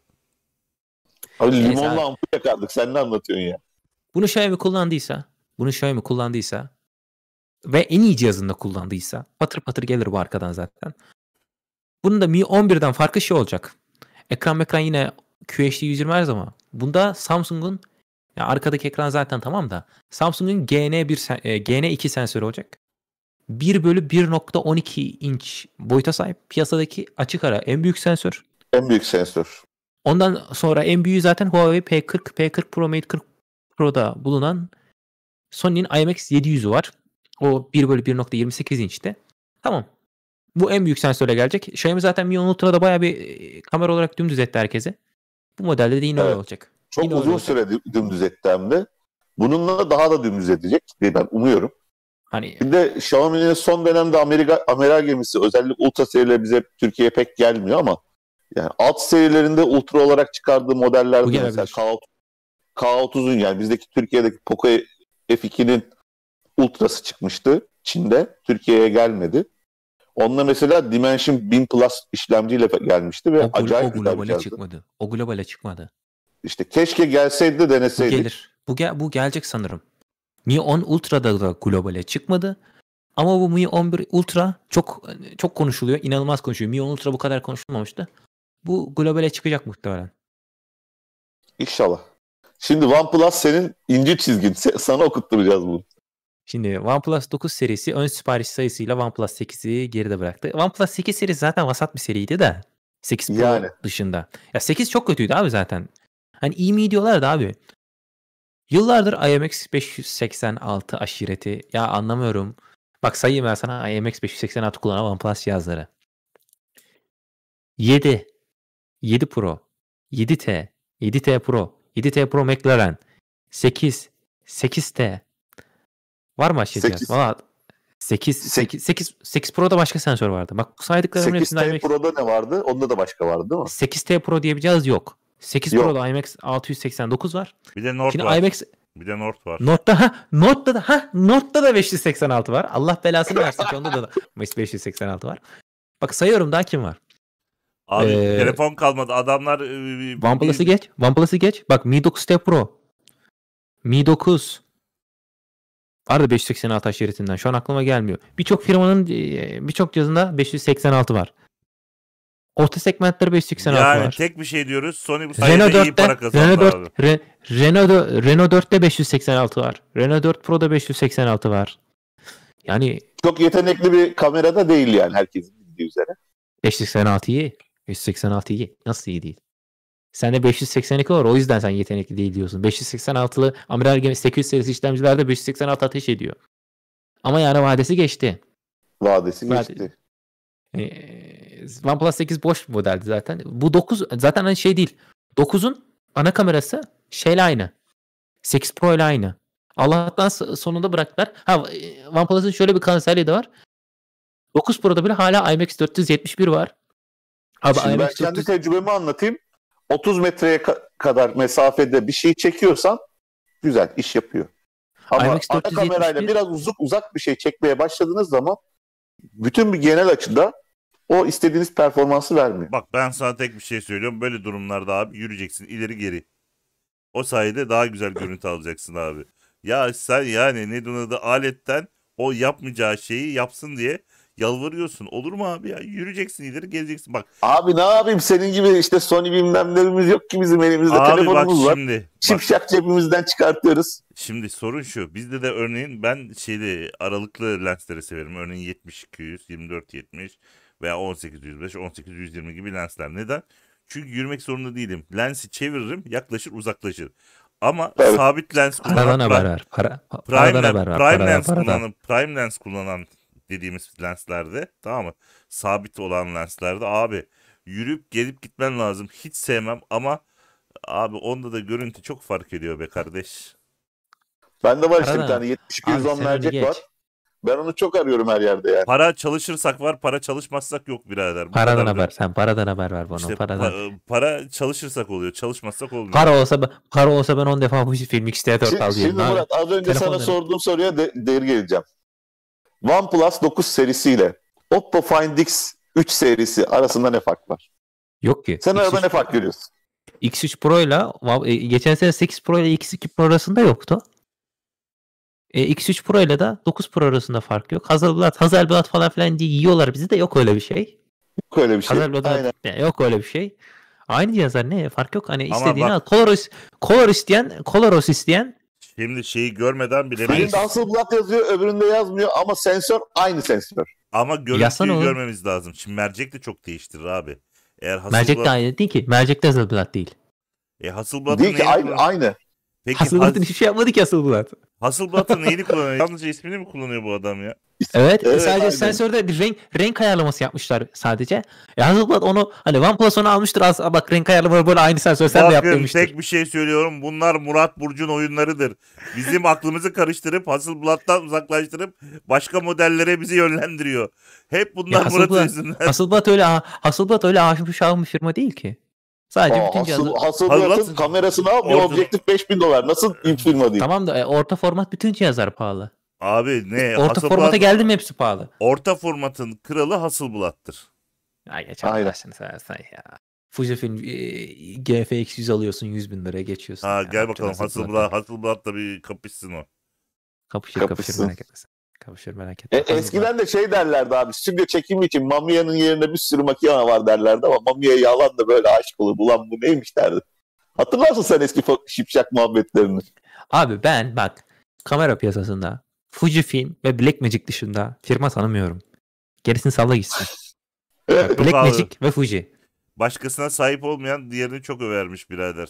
Abi Neyse limonla abi. ampul yakardık. Sen ne anlatıyorsun ya? Bunu Xiaomi kullandıysa, bunu Xiaomi kullandıysa ve en iyi cihazında kullandıysa patır patır gelir bu arkadan zaten. Bunun da Mi on birden farkı şey olacak. Ekran ekran yine Q H D yüz yirmi Hz ama bunda Samsung'un ya arkadaki ekran zaten tamam da Samsung'un G N bir sen- e, G N iki sensörü olacak. bir bölü bir nokta on iki inç boyuta sahip piyasadaki açık ara en büyük sensör. En büyük sensör. Ondan sonra en büyüğü zaten Huawei P kırk, P kırk Pro, Mate kırk Pro'da bulunan Sony'nin I M X yedi yüzü var. O bir bölü bir nokta yirmi sekiz inçte. Tamam. Bu en büyük sensöre gelecek. Xiaomi zaten Mi on Ultra'da bayağı bir e, kamera olarak dümdüz etti herkese. Bu modelde de yine öyle Evet. olacak. Çok Yine öyle uzun olacak. süre dü- dümdüz etti hem de. Bununla daha da dümdüz edecek diye ben umuyorum. Hani Bir de Xiaomi'nin son dönemde Amerika, amiral gemisi özellikle ultra serileri bize Türkiye'ye pek gelmiyor ama yani alt serilerinde ultra olarak çıkardığı Bu modellerde gelebilir. mesela K, K otuzun yani bizdeki Türkiye'deki Poco F ikinin ultrası çıkmıştı Çin'de. Türkiye'ye gelmedi. Onunla mesela Dimension bin Plus işlemciyle gelmişti ve o, gl- acayip o güzel bir globale cihazdı. çıkmadı. O globale çıkmadı. İşte keşke gelseydi de Bu deneseydik. gelir. Bu, gel bu gelecek sanırım. Mi on Ultra'da da globale çıkmadı. Ama bu Mi on bir Ultra çok çok konuşuluyor. İnanılmaz konuşuluyor. Mi on Ultra bu kadar konuşulmamıştı. Bu globale çıkacak muhtemelen. İnşallah. Şimdi OnePlus senin ince çizgin. Se- Sana okutturacağız bunu. Şimdi OnePlus dokuz serisi ön sipariş sayısıyla OnePlus sekizi geride bıraktı. OnePlus sekiz serisi zaten vasat bir seriydi de. sekiz Pro Yani. dışında. Ya sekiz çok kötüydü abi zaten. Hani iyi mi diyorlardı abi. Yıllardır I M X beş yüz seksen altı aşireti. Ya anlamıyorum. Bak sayayım ben sana I M X beş yüz seksen altı kullanan OnePlus cihazları. yedi. yedi Pro. yedi T. yedi T Pro. yedi T Pro McLaren. sekiz. sekiz T. Var mı aşırı sekiz. cihaz? Valla sekiz, sekiz, sekiz, sekiz Pro'da başka sensör vardı. Bak bu saydıklarımın sekiz hepsinde T I M X. Pro'da ne vardı? Onda da başka vardı değil mi? sekiz T Pro diye bir cihaz yok. sekiz Yok. Pro'da I M X altı yüz seksen dokuz var. Bir de Nord Şimdi var. I M X Bir de Nord var. Note'da ha Note'da da ha Note'da da beş yüz seksen altı var. Allah belasını versin ki onda da beş yüz seksen altı var. Bak sayıyorum daha kim var? Abi Ee, telefon kalmadı. Adamlar e, OnePlus'ı bir- geç. OnePlus'ı geç. Bak Mi dokuz T Pro. Mi dokuz. Vardı beş yüz seksen altı aşiretinden. Şu an aklıma gelmiyor. Birçok firmanın e, birçok cihazında beş yüz seksen altı var. Orta segmentleri beş yüz seksen altı yani var. tek bir şey diyoruz. Sony bu sayede Renault iyi para dörtte kazandı Renault abi. dört Re, Renault, dö- Renault dörtte beş yüz seksen altı var. Renault dört Pro'da beş yüz seksen altı var. Yani Çok yetenekli bir kamerada değil yani herkesin bildiği üzere. beş yüz seksen altı iyi. beş yüz seksen altı iyi. Nasıl iyi değil? Sende beş yüz seksen iki var. O yüzden sen yetenekli değil diyorsun. beş yüz seksen altılı amiral gemi sekiz yüz serisi işlemcilerde beş yüz seksen altı ateş ediyor. Ama yani vadesi geçti. Vadesi Vade- geçti. Ee, OnePlus sekiz boş bir modeldi zaten. Bu dokuz zaten hani şey değil. dokuzun ana kamerası şeyle aynı. sekiz Pro ile aynı. Allah'tan sonunda bıraktılar. Ha, OnePlus'ın şöyle bir kanserliği de var. dokuz Pro'da bile hala IMX dört yüz yetmiş bir var. Abi Şimdi ben IMX kendi dört yüz... tecrübemi anlatayım. otuz metreye ka- kadar mesafede bir şey çekiyorsan güzel iş yapıyor. Ama IMX ana dört yüz yetmiş bir kamerayla biraz uzak uzak bir şey çekmeye başladığınız zaman bütün bir genel açıda o istediğiniz performansı vermiyor. Bak ben sana tek bir şey söylüyorum. Böyle durumlarda abi yürüyeceksin ileri geri. O sayede daha güzel görüntü alacaksın abi. Ya sen yani ne adı aletten o yapmayacağı şeyi yapsın diye yalvarıyorsun. Olur mu abi ya? Yürüyeceksin ileri geleceksin. Bak Abi ne yapayım senin gibi işte Sony bilmemlerimiz yok ki bizim elimizde abi bak telefonumuz var. şimdi. Bak, Şipşak cebimizden çıkartıyoruz. şimdi sorun şu. Bizde de örneğin ben şeyde aralıklı lensleri severim. Örneğin yetmiş iki yüz, yirmi dört yetmiş veya on sekiz yüz beş, on sekiz yüz yirmi gibi lensler. Neden? Çünkü yürümek zorunda değilim. Lensi çeviririm, yaklaşır, uzaklaşır. Ama Evet. sabit lens Paradan kullanan haber prime, ver. Para, pa- prime, paradan lens, haber ver. prime Paradan, lens paradan. kullanan prime lens kullanan dediğimiz lenslerde, tamam mı? Sabit olan lenslerde abi yürüyüp gelip gitmen lazım. Hiç sevmem ama abi onda da görüntü çok fark ediyor be kardeş. Bende var işte bir Paradan. tane yetmiş iki Abi yüz on sen onu mercek geç. var. Ben onu çok arıyorum her yerde yani. Para çalışırsak var, para çalışmazsak yok birader. Bu Paradan kadar da- haber. Sen paradan haber ver bana. İşte paradan. pa- para çalışırsak oluyor, çalışmazsak olmuyor. Para olsa ben- para olsa ben on defa bu film X T dört Şimdi, al diyelim şimdi abi. Murat az önce sana Telefonları- sorduğum soruya de, değeri geleceğim. OnePlus dokuz serisiyle Oppo Find X üç serisi arasında ne fark var? Yok ki. Sen arada X üç ne fark görüyorsun? X üç Pro ile e, geçen sene sekiz Pro ile X iki Pro arasında yoktu. E, X üç Pro ile de dokuz Pro arasında fark yok. Hasselblad, Hasselblad falan filan diye yiyorlar bizi de yok öyle bir şey. Yok öyle bir şey. Hasselblad Aynen. yani yok öyle bir şey. Aynı cihazlar ne fark yok. Hani Ama istediğini bak- al. Coloros, Coloros isteyen, Coloros isteyen Şimdi şeyi görmeden bilemeyiz. Birinde Hasselblad yazıyor, öbüründe yazmıyor ama sensör aynı sensör. Ama görüntüyü Yazsana oğlum. görmemiz lazım. Şimdi mercek de çok değiştirir abi. Eğer mercek de Hasselblad, aynı değil ki. Mercek de Hasselblad değil. e, Hasselblad'ın Değil ki neyini aynı. kullanıyor? aynı. Peki Hasselblad'ın Has- hiçbir şey yapmadı ki Hasselblad. Hasselblad'ın neyini kullanıyor? Yalnızca ismini mi kullanıyor bu adam ya? Evet, Evet, sadece aynen. sensörde bir renk renk ayarlaması yapmışlar sadece. E Hasselblad onu hani OnePlus onu almıştır. Az, bak renk ayarlamaları böyle aynı sensör sen de yap Bakın demiştir. tek bir şey söylüyorum. Bunlar Murat Burcu'nun oyunlarıdır. Bizim aklımızı karıştırıp Hasselblad'dan uzaklaştırıp başka modellere bizi yönlendiriyor. Hep bunlar Ya Murat'ın Hasselblad, yüzünden. Hasselblad öyle Hasselblad öyle aşmış şahım bir firma değil ki. Sadece Aa, bütün cihazı. Hassel, Hasselblad'ın Hasselblad- kamerasını al bir Ortada- objektif beş bin dolar. Nasıl bir firma değil? Tamam da e, orta format bütün cihazlar pahalı. Abi ne? Orta Hasselblad- formata geldi mi hepsi pahalı. Orta formatın kralı Hasselblad'tır. Ya geç Aynen. arkadaşını seversen ya. Fujifilm e, G F X yüz alıyorsun yüz bin liraya geçiyorsun. Ha ya. gel bakalım Hasselblad. Hasselblad, Hasselblad'la bir kapışsın o. Kapışır kapışır Kapışsın. merak etme sen. Kapışır merak E, etme. Hasselblad. eskiden de şey derlerdi abi. Stüdyo çekimi için Mamiya'nın yerine bir sürü makine var derlerdi ama Mamiya yalan da böyle aşık olur. Ulan bu neymiş derdi. Hatırlarsın sen eski fo- şipşak muhabbetlerini. Abi ben bak kamera piyasasında Fujifilm ve Blackmagic dışında firma tanımıyorum. Gerisini salla gitsin. Evet. Yok Blackmagic abi. ve Fuji. Başkasına sahip olmayan diğerini çok övermiş birader.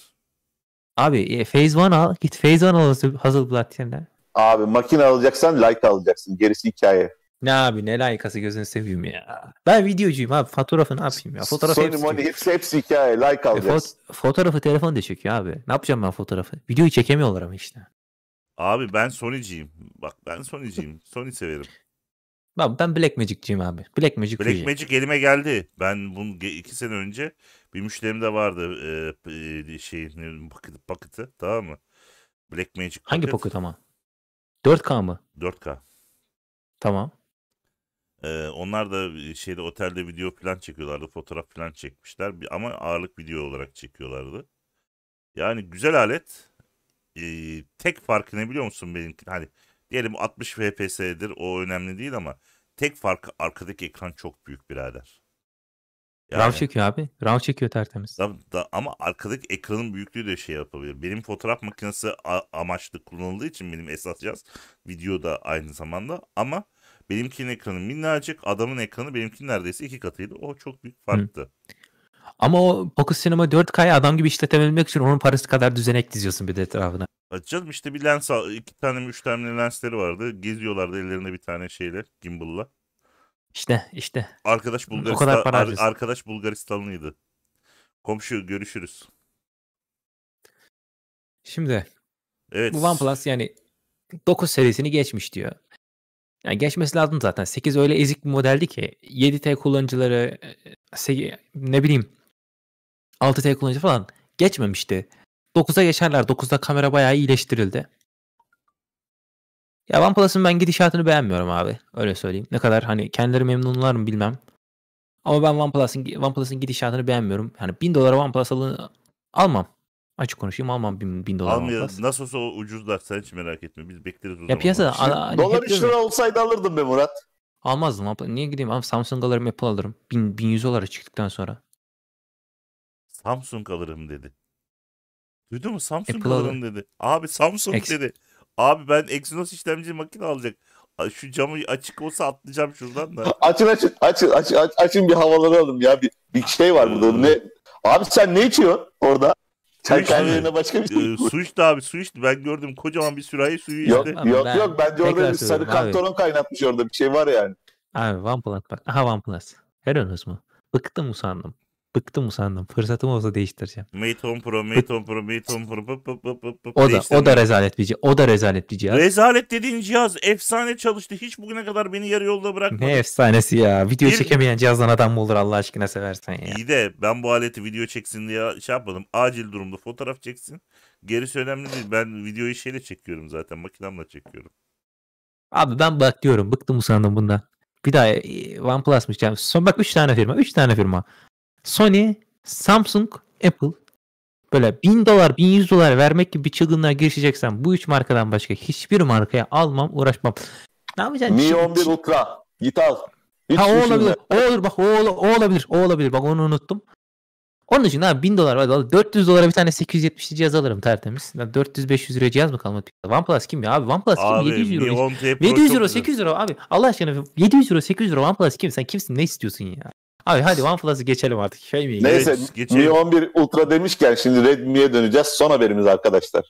Abi e, Phase bir al. Git Phase bir al Hasselblad yerine. Abi makine alacaksan Leica alacaksın. Gerisi hikaye. Ne abi ne layıkası gözünü seveyim ya. Ben videocuyum abi. Fotoğrafı ne yapayım ya? Fotoğraf Sony, hepsi. Moni, hepsi, hepsi hikaye. Leica E, alacaksın. fot- fotoğrafı telefon da çekiyor abi. Ne yapacağım ben fotoğrafı? Videoyu çekemiyorlar ama işte. Abi ben Sony'ciyim. Bak ben Sony'ciyim. Sony severim. Ben, ben Blackmagic'ciyim abi. Blackmagic Fuji. Blackmagic elime geldi. Ben bunu ge- iki sene önce bir müşterimde vardı e, e, şey ne, paket, paketi, tamam mı? Blackmagic Hangi paket, pocket ama? dört K mı? dört K. Tamam. Ee, onlar da şeyde otelde video falan çekiyorlardı. Fotoğraf falan çekmişler. Bir- Ama ağırlık video olarak çekiyorlardı. Yani güzel alet. Ee, tek farkı ne biliyor musun benimki? Hani diyelim altmış F P S'dir, o önemli değil ama tek farkı arkadaki ekran çok büyük birader. RAW çekiyor abi. RAW çekiyor tertemiz. Da, da, ama arkadaki ekranın büyüklüğü de şey yapabilir. Benim fotoğraf makinesi a- amaçlı kullanıldığı için benim esas cihaz video da aynı zamanda, ama benimkinin ekranı minnacık, adamın ekranı benimkinin neredeyse iki katıydı. O çok büyük farktı. Ama o Focus Cinema dört K'yı adam gibi işletebilmek için onun parası kadar düzenek diziyorsun bir de etrafına. Ya canım işte bir lens al, iki tane mi üç tane mi lensleri vardı. Geziyorlardı ellerinde bir tane şeyle, gimbal'la. İşte işte. Arkadaş O kadar Bulgaristan para ar- harcıyorsun. arkadaş Bulgaristanlıydı. Komşu görüşürüz. Şimdi Evet. bu OnePlus yani dokuz serisini geçmiş diyor. Yani geçmesi lazım zaten. sekiz öyle ezik bir modeldi ki yedi T kullanıcıları se- ne bileyim altı T kullanıcı falan geçmemişti. dokuza geçerler. dokuzda kamera bayağı iyileştirildi. Ya OnePlus'ın ben gidişatını beğenmiyorum abi. Öyle söyleyeyim. Ne kadar hani kendileri memnunlar mı bilmem. Ama ben OnePlus'ın OnePlus'ın gidişatını beğenmiyorum. Yani bin dolara OnePlus alın, almam. Açık konuşayım almam bin, bin dolara Almayalım. OnePlus. Nasıl olsa o ucuzlar. Sen hiç merak etme. Biz bekleriz o Ya zaman. piyasada Şimdi hani dolar hep üç diyorum ya, lira olsaydı alırdım be Murat. almazdım OnePlus. Niye gideyim abi Samsung alırım Apple alırım. bin, bin yüz dolara çıktıktan sonra. Samsung alırım dedi. Duydun mu? Samsung Apple alır. alırım dedi. Abi Samsung Ex- dedi. Abi ben Exynos işlemci makine alacak. Ay, şu camı açık olsa atlayacağım şuradan da. Açın açın açın açın aç- açın bir havaları alın ya. Bir, bir şey var burada. Bu ne? Abi sen ne içiyorsun orada? Çay Su işte. kahve yerine başka bir şey mi? Ee, su içti abi su içti. Ben gördüm kocaman bir sürahi suyu Yok içti. Abi yok ben yok bence orada tekrar bir sarı söylüyorum abi. kantaron kaynatmış orada bir şey var yani. Abi OnePlus bak. Aha OnePlus. Görüyorsunuz mu? Bıktım usandım. Bıktım usandım. Fırsatım olsa değiştireceğim. Mate on Pro, Bık- Mate on Pro, Mate on Pro. Pıp pıp pıp pıp pıp. O da o Değiştirme. da rezalet bir cihaz. O da rezalet bir cihaz. Rezalet dediğin cihaz efsane çalıştı. Hiç bugüne kadar beni yarı yolda bırakmadı. Ne efsanesi ya. Video Bir- çekemeyen cihazdan adam mı olur Allah aşkına seversen ya. İyi de ben bu aleti video çeksin diye şey yapmadım. Acil durumda fotoğraf çeksin. Gerisi önemli değil. Ben videoyu şeyle çekiyorum zaten. Makinemle çekiyorum. Abi ben bak diyorum bıktım usandım bundan. Bir daha e, OnePlus'mış yani. Son bak üç tane firma. üç tane firma. Sony, Samsung, Apple. Böyle bin dolar, bin yüz dolar vermek gibi bir çılgınlığa girişeceksen bu üç markadan başka hiçbir markaya almam, uğraşmam. Ne yapacaksın? Mi Çin- on bir Çin- Ultra. Git al. Hiç Ha o düşünme. olabilir. O olur bak o, ol- o olabilir. O olabilir. Bak onu unuttum. Onun için abi bin dolar var. dört yüz dolara bir tane sekiz yüz yetmişli cihaz alırım tertemiz. Ya dört yüz beş yüz liraya cihaz mı kalmadı? OnePlus kim ya? Abi OnePlus kim? Abi yedi yüz euro. Mi on T Pro yedi yüz çok euro, güzel. sekiz yüz euro abi. Allah aşkına yedi yüz euro, sekiz yüz euro OnePlus kim? Sen kimsin? Ne istiyorsun ya? Abi hadi OnePlus'ı geçelim artık. Şey mi? Neyse Evet, geçelim. Mi on bir Ultra demişken şimdi Redmi'ye döneceğiz. Son haberimiz arkadaşlar.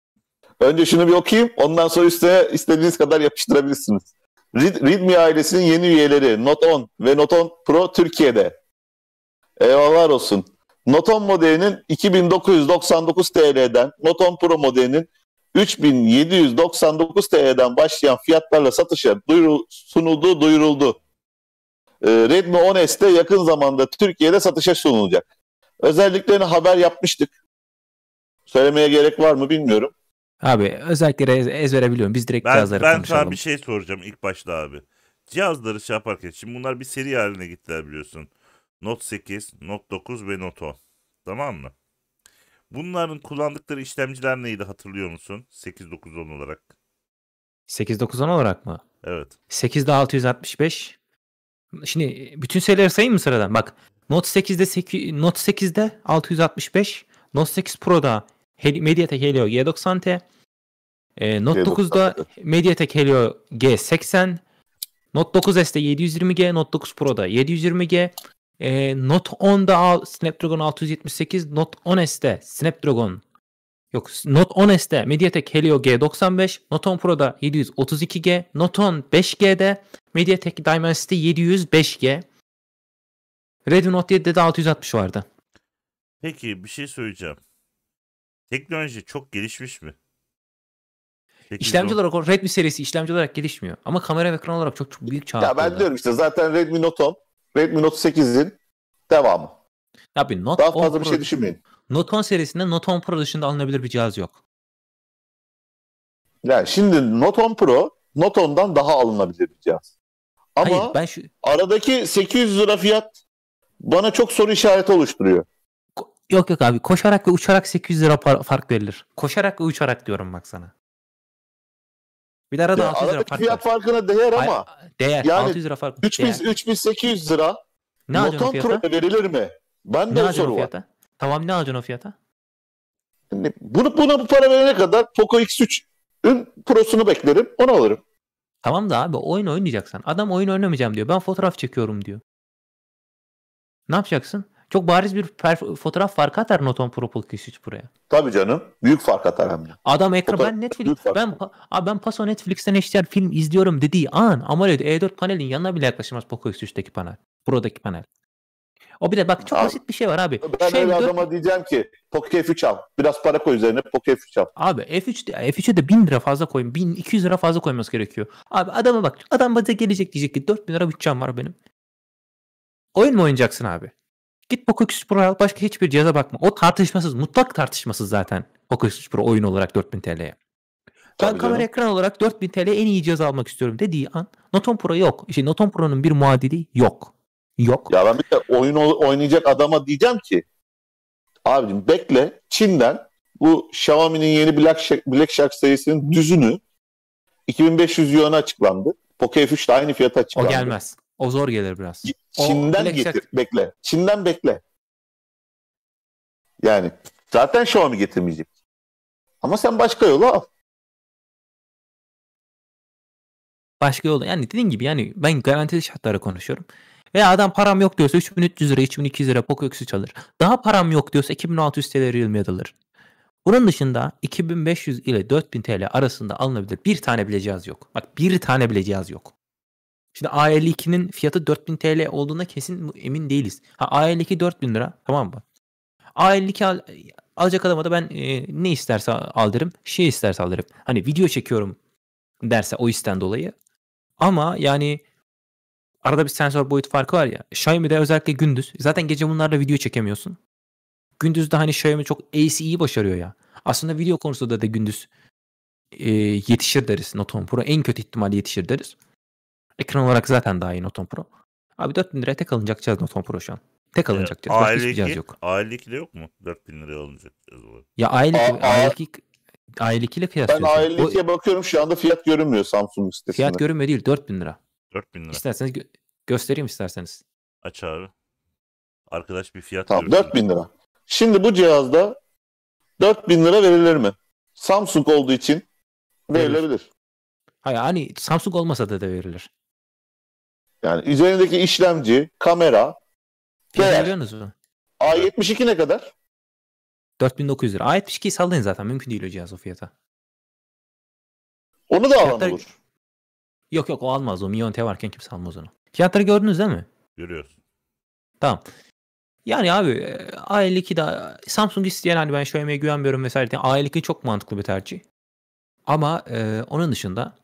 Önce şunu bir okuyayım. Ondan sonra üstüne istediğiniz kadar yapıştırabilirsiniz. Red- Redmi ailesinin yeni üyeleri Note on ve Note on Pro Türkiye'de. Eyvallah olsun. Note on modelinin iki bin dokuz yüz doksan dokuz T L'den, Note on Pro modelinin üç bin yedi yüz doksan dokuz T L'den başlayan fiyatlarla satışa duyuru- sunulduğu duyuruldu. Ee, Redmi on S'te yakın zamanda Türkiye'de satışa sunulacak. Özelliklerini haber yapmıştık. Söylemeye gerek var mı bilmiyorum. Abi özellikleri ez- ezbere biliyorum. Biz direkt Ben, cihazları ben konuşalım. sana bir şey soracağım ilk başta abi. Cihazları şey yaparken şimdi bunlar bir seri haline gittiler biliyorsun. Note sekiz, Note dokuz ve Note on. Tamam mı? Bunların kullandıkları işlemciler neydi hatırlıyor musun? sekiz dokuz on olarak. sekiz dokuz on olarak mı? Evet. sekizde altı yüz altmış beş. Şimdi bütün serileri sayayım mı sıradan? Bak Note sekizde sekiz, Note sekizde altı yüz altmış beş, Note sekiz Pro'da Hel- MediaTek Helio G doksan T, e, Note G doksan dokuzda T. MediaTek Helio G seksen, Note dokuz S'te yedi yüz yirmi G, Note dokuz Pro'da yedi yüz yirmi G, e, Note onda al- Snapdragon altı yüz yetmiş sekiz, Note on S'te Snapdragon yok Note on S'te MediaTek Helio G doksan beş, Note on Pro'da yedi yüz otuz iki G, Note on beş G'de MediaTek Dimensity yedi yüz beş G, Redmi Note yedide de altı yüz altmış vardı. Peki bir şey söyleyeceğim. Teknoloji çok gelişmiş mi? sekiz İşlemci on. olarak o Redmi serisi işlemci olarak gelişmiyor. Ama kamera ve ekran olarak çok çok büyük çağ Ya ben atladı. diyorum işte zaten Redmi Note on, Redmi Note sekizin devamı. Abi Note Daha on fazla bir Pro- şey düşünmeyin. Note on serisinde Note on Pro dışında alınabilir bir cihaz yok. Yani şimdi Note on Pro, Note on'dan daha alınabilir bir cihaz. Ama Hayır ben şu aradaki sekiz yüz lira fiyat bana çok soru işareti oluşturuyor. Ko- yok yok abi koşarak ve uçarak sekiz yüz lira par- fark verilir. Koşarak ve uçarak diyorum bak sana. Bir de arada Ya altı yüz lira aradaki fark fiyat var. farkına değer Hayır, ama değer yani altı yüz lira fark. üç bin, Değer. üç bin sekiz yüz lira Ne Note alacaksın o on fiyata? Pro'ya verilir mi? Ben Ne de o alacaksın o soru var. fiyata? Tamam ne alacaksın o fiyata? Şimdi bunu, buna bu para verene kadar Poco X üç'ün Pro'sunu beklerim, onu alırım. Tamam da abi oyun oynayacaksan. Adam oyun oynamayacağım diyor. Ben fotoğraf çekiyorum diyor. Ne yapacaksın? Çok bariz bir perf- fotoğraf farkı atar Note on Pro Poco X üç buraya. Tabii canım. Büyük fark atar hem de. Adam ekran Fotoğraf ben Netflix büyük fark. ben pa- abi ben paso Netflix'ten H D R film izliyorum dediği an AMOLED E dört panelin yanına bile yaklaşamaz Poco X üç'teki panel. Pro'daki panel. O bir de bak çok Abi, basit bir şey var abi. Ben Xiaomi öyle dört adama diyeceğim ki Poco F üç al. Biraz para koy üzerine Poco F üç al. Abi F üç de, F üçe de bin lira fazla koyun. bin iki yüz lira fazla koyması gerekiyor. Abi adama bak. Adam bize gelecek diyecek ki dört bin lira bütçem var benim. Oyun mu oynayacaksın abi? Git Poco X üç Pro al. Başka hiçbir cihaza bakma. O tartışmasız. Mutlak tartışmasız zaten. Poco X üç Pro oyun olarak dört bin T L'ye. Ben Tabii kamera canım. ekran olarak dört bin T L en iyi cihaz almak istiyorum dediği an Note on Pro yok. İşte Note on Pro'nun bir muadili yok. Yok. Ya ben bir de oyun o- oynayacak adama diyeceğim ki abicim bekle Çin'den bu Xiaomi'nin yeni Black Shark, Black Shark serisinin düzünü iki bin beş yüz yuan'a açıklandı. Poco F üç de aynı fiyata O açıklandı. gelmez. O zor gelir biraz. O Çin'den Black getir, Shark- bekle. Çin'den bekle. Yani zaten Xiaomi getirmeyecek. Ama sen başka yolu al. Başka yolu. Yani dediğin gibi yani ben garantili şartlara konuşuyorum. Veya adam param yok diyorsa üç bin üç yüz lira, üç bin iki yüz lira Poco X üç alır. Daha param yok diyorsa iki bin altı yüz T L Realme alır. Bunun dışında iki bin beş yüz ile dört bin T L arasında alınabilir bir tane bile cihaz yok. Bak bir tane bile cihaz yok. Şimdi A elli ikinin fiyatı dört bin T L olduğuna kesin emin değiliz. Ha, A elli iki dört bin lira, tamam mı? A elli iki al, alacak adama da ben e, ne isterse al derim. Şey isterse al derim. Hani video çekiyorum derse o isten dolayı. Ama yani arada bir sensör boyut farkı var ya. Xiaomi'de özellikle gündüz. Zaten gece bunlarla video çekemiyorsun. Gündüz de hani Xiaomi çok Ace iyi başarıyor ya. Aslında video konusunda da gündüz e, yetişir deriz Note on Pro. En kötü ihtimalle yetişir deriz. Ekran olarak zaten daha iyi Note on Pro. Abi dört bin liraya tek alınacak cihaz Note on Pro şu an. Tek alınacak cihaz. Başka hiçbir cihaz yok. A elli ikide yok mu? dört bin liraya alınacak cihaz olarak. Ya A elli iki, A- A elli iki, A elli iki ile Ben kıyaslıyorsun. A elli ikiye bakıyorum şu anda fiyat görünmüyor Samsung O sitesinde. fiyat görünmüyor değil, dört bin lira. dört bin lira. İsterseniz gö- göstereyim isterseniz. Aç abi. Arkadaş bir fiyat Tamam görsün. dört bin lira. Şimdi bu cihazda dört bin lira verilir mi? Samsung olduğu için verilebilir. Hayır hani Samsung olmasa da da verilir. Yani üzerindeki işlemci, kamera, Fiyatı değer. görüyor musunuz? A yetmiş iki ne kadar? dört bin dokuz yüz lira. A yetmiş ikiyi sallayın zaten. Mümkün değil o cihaz o fiyata. Onu da alan Fiyatlar- olur. Yok yok o almaz. O Mi on T varken kimse almaz onu. Fiyatları gördünüz değil mi? Görüyorsun. Tamam. Yani abi e, A elli iki de Samsung isteyen hani ben Xiaomi'ye güvenmiyorum vesaire diye A elli iki çok mantıklı bir tercih. Ama e, onun dışında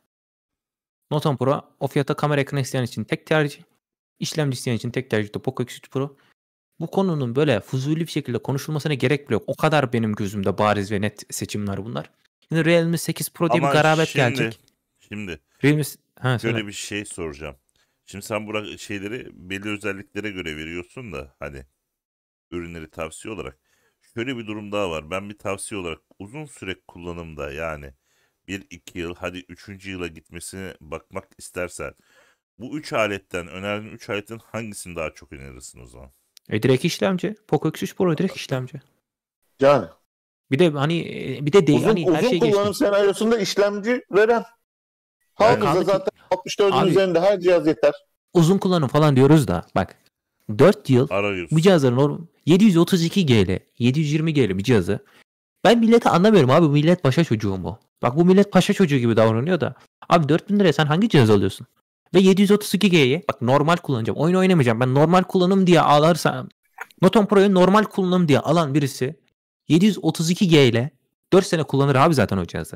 Note on Pro o fiyata kamera ekranı isteyen için tek tercih. İşlemci isteyen için tek tercih de Poco X üç Pro. Bu konunun böyle fuzuli bir şekilde konuşulmasına gerek bile yok. O kadar benim gözümde bariz ve net seçimler bunlar. Şimdi Realme sekiz Pro diye Ama bir garabet şimdi, gelecek. Şimdi Realme ha, söyle. şöyle bir şey soracağım. Şimdi sen bu şeyleri belli özelliklere göre veriyorsun da hani ürünleri tavsiye olarak. Şöyle bir durum daha var. Ben bir tavsiye olarak uzun süre kullanımda yani bir iki yıl hadi üçüncü yıla gitmesine bakmak istersen bu üç aletten önerdiğin üç aletten hangisini daha çok önerirsin o zaman? E, direkt işlemci. Poco X üç Pro direkt işlemci. Yani Bir de hani e, bir de değil uzun, hani her uzun şey kullanım geçti. senaryosunda işlemci veren. Hafıza Kanka- zaten altmış dördün Abi- üzerinde her cihaz yeter. Uzun kullanım falan diyoruz da bak dört yıl Arıyorsun. bu cihazların norm- yedi yüz otuz iki G ile yedi yüz yirmi G ile bir cihazı ben millete anlamıyorum abi, bu millet paşa çocuğu mu? Bak bu millet paşa çocuğu gibi davranıyor da abi dört bin liraya sen hangi cihaz alıyorsun? Ve yedi yüz otuz iki G'ye bak normal kullanacağım, oyun oynamayacağım, ben normal kullanım diye alarsam Note on Pro'yu normal kullanım diye alan birisi yedi yüz otuz iki G ile dört sene kullanır abi zaten o cihazı.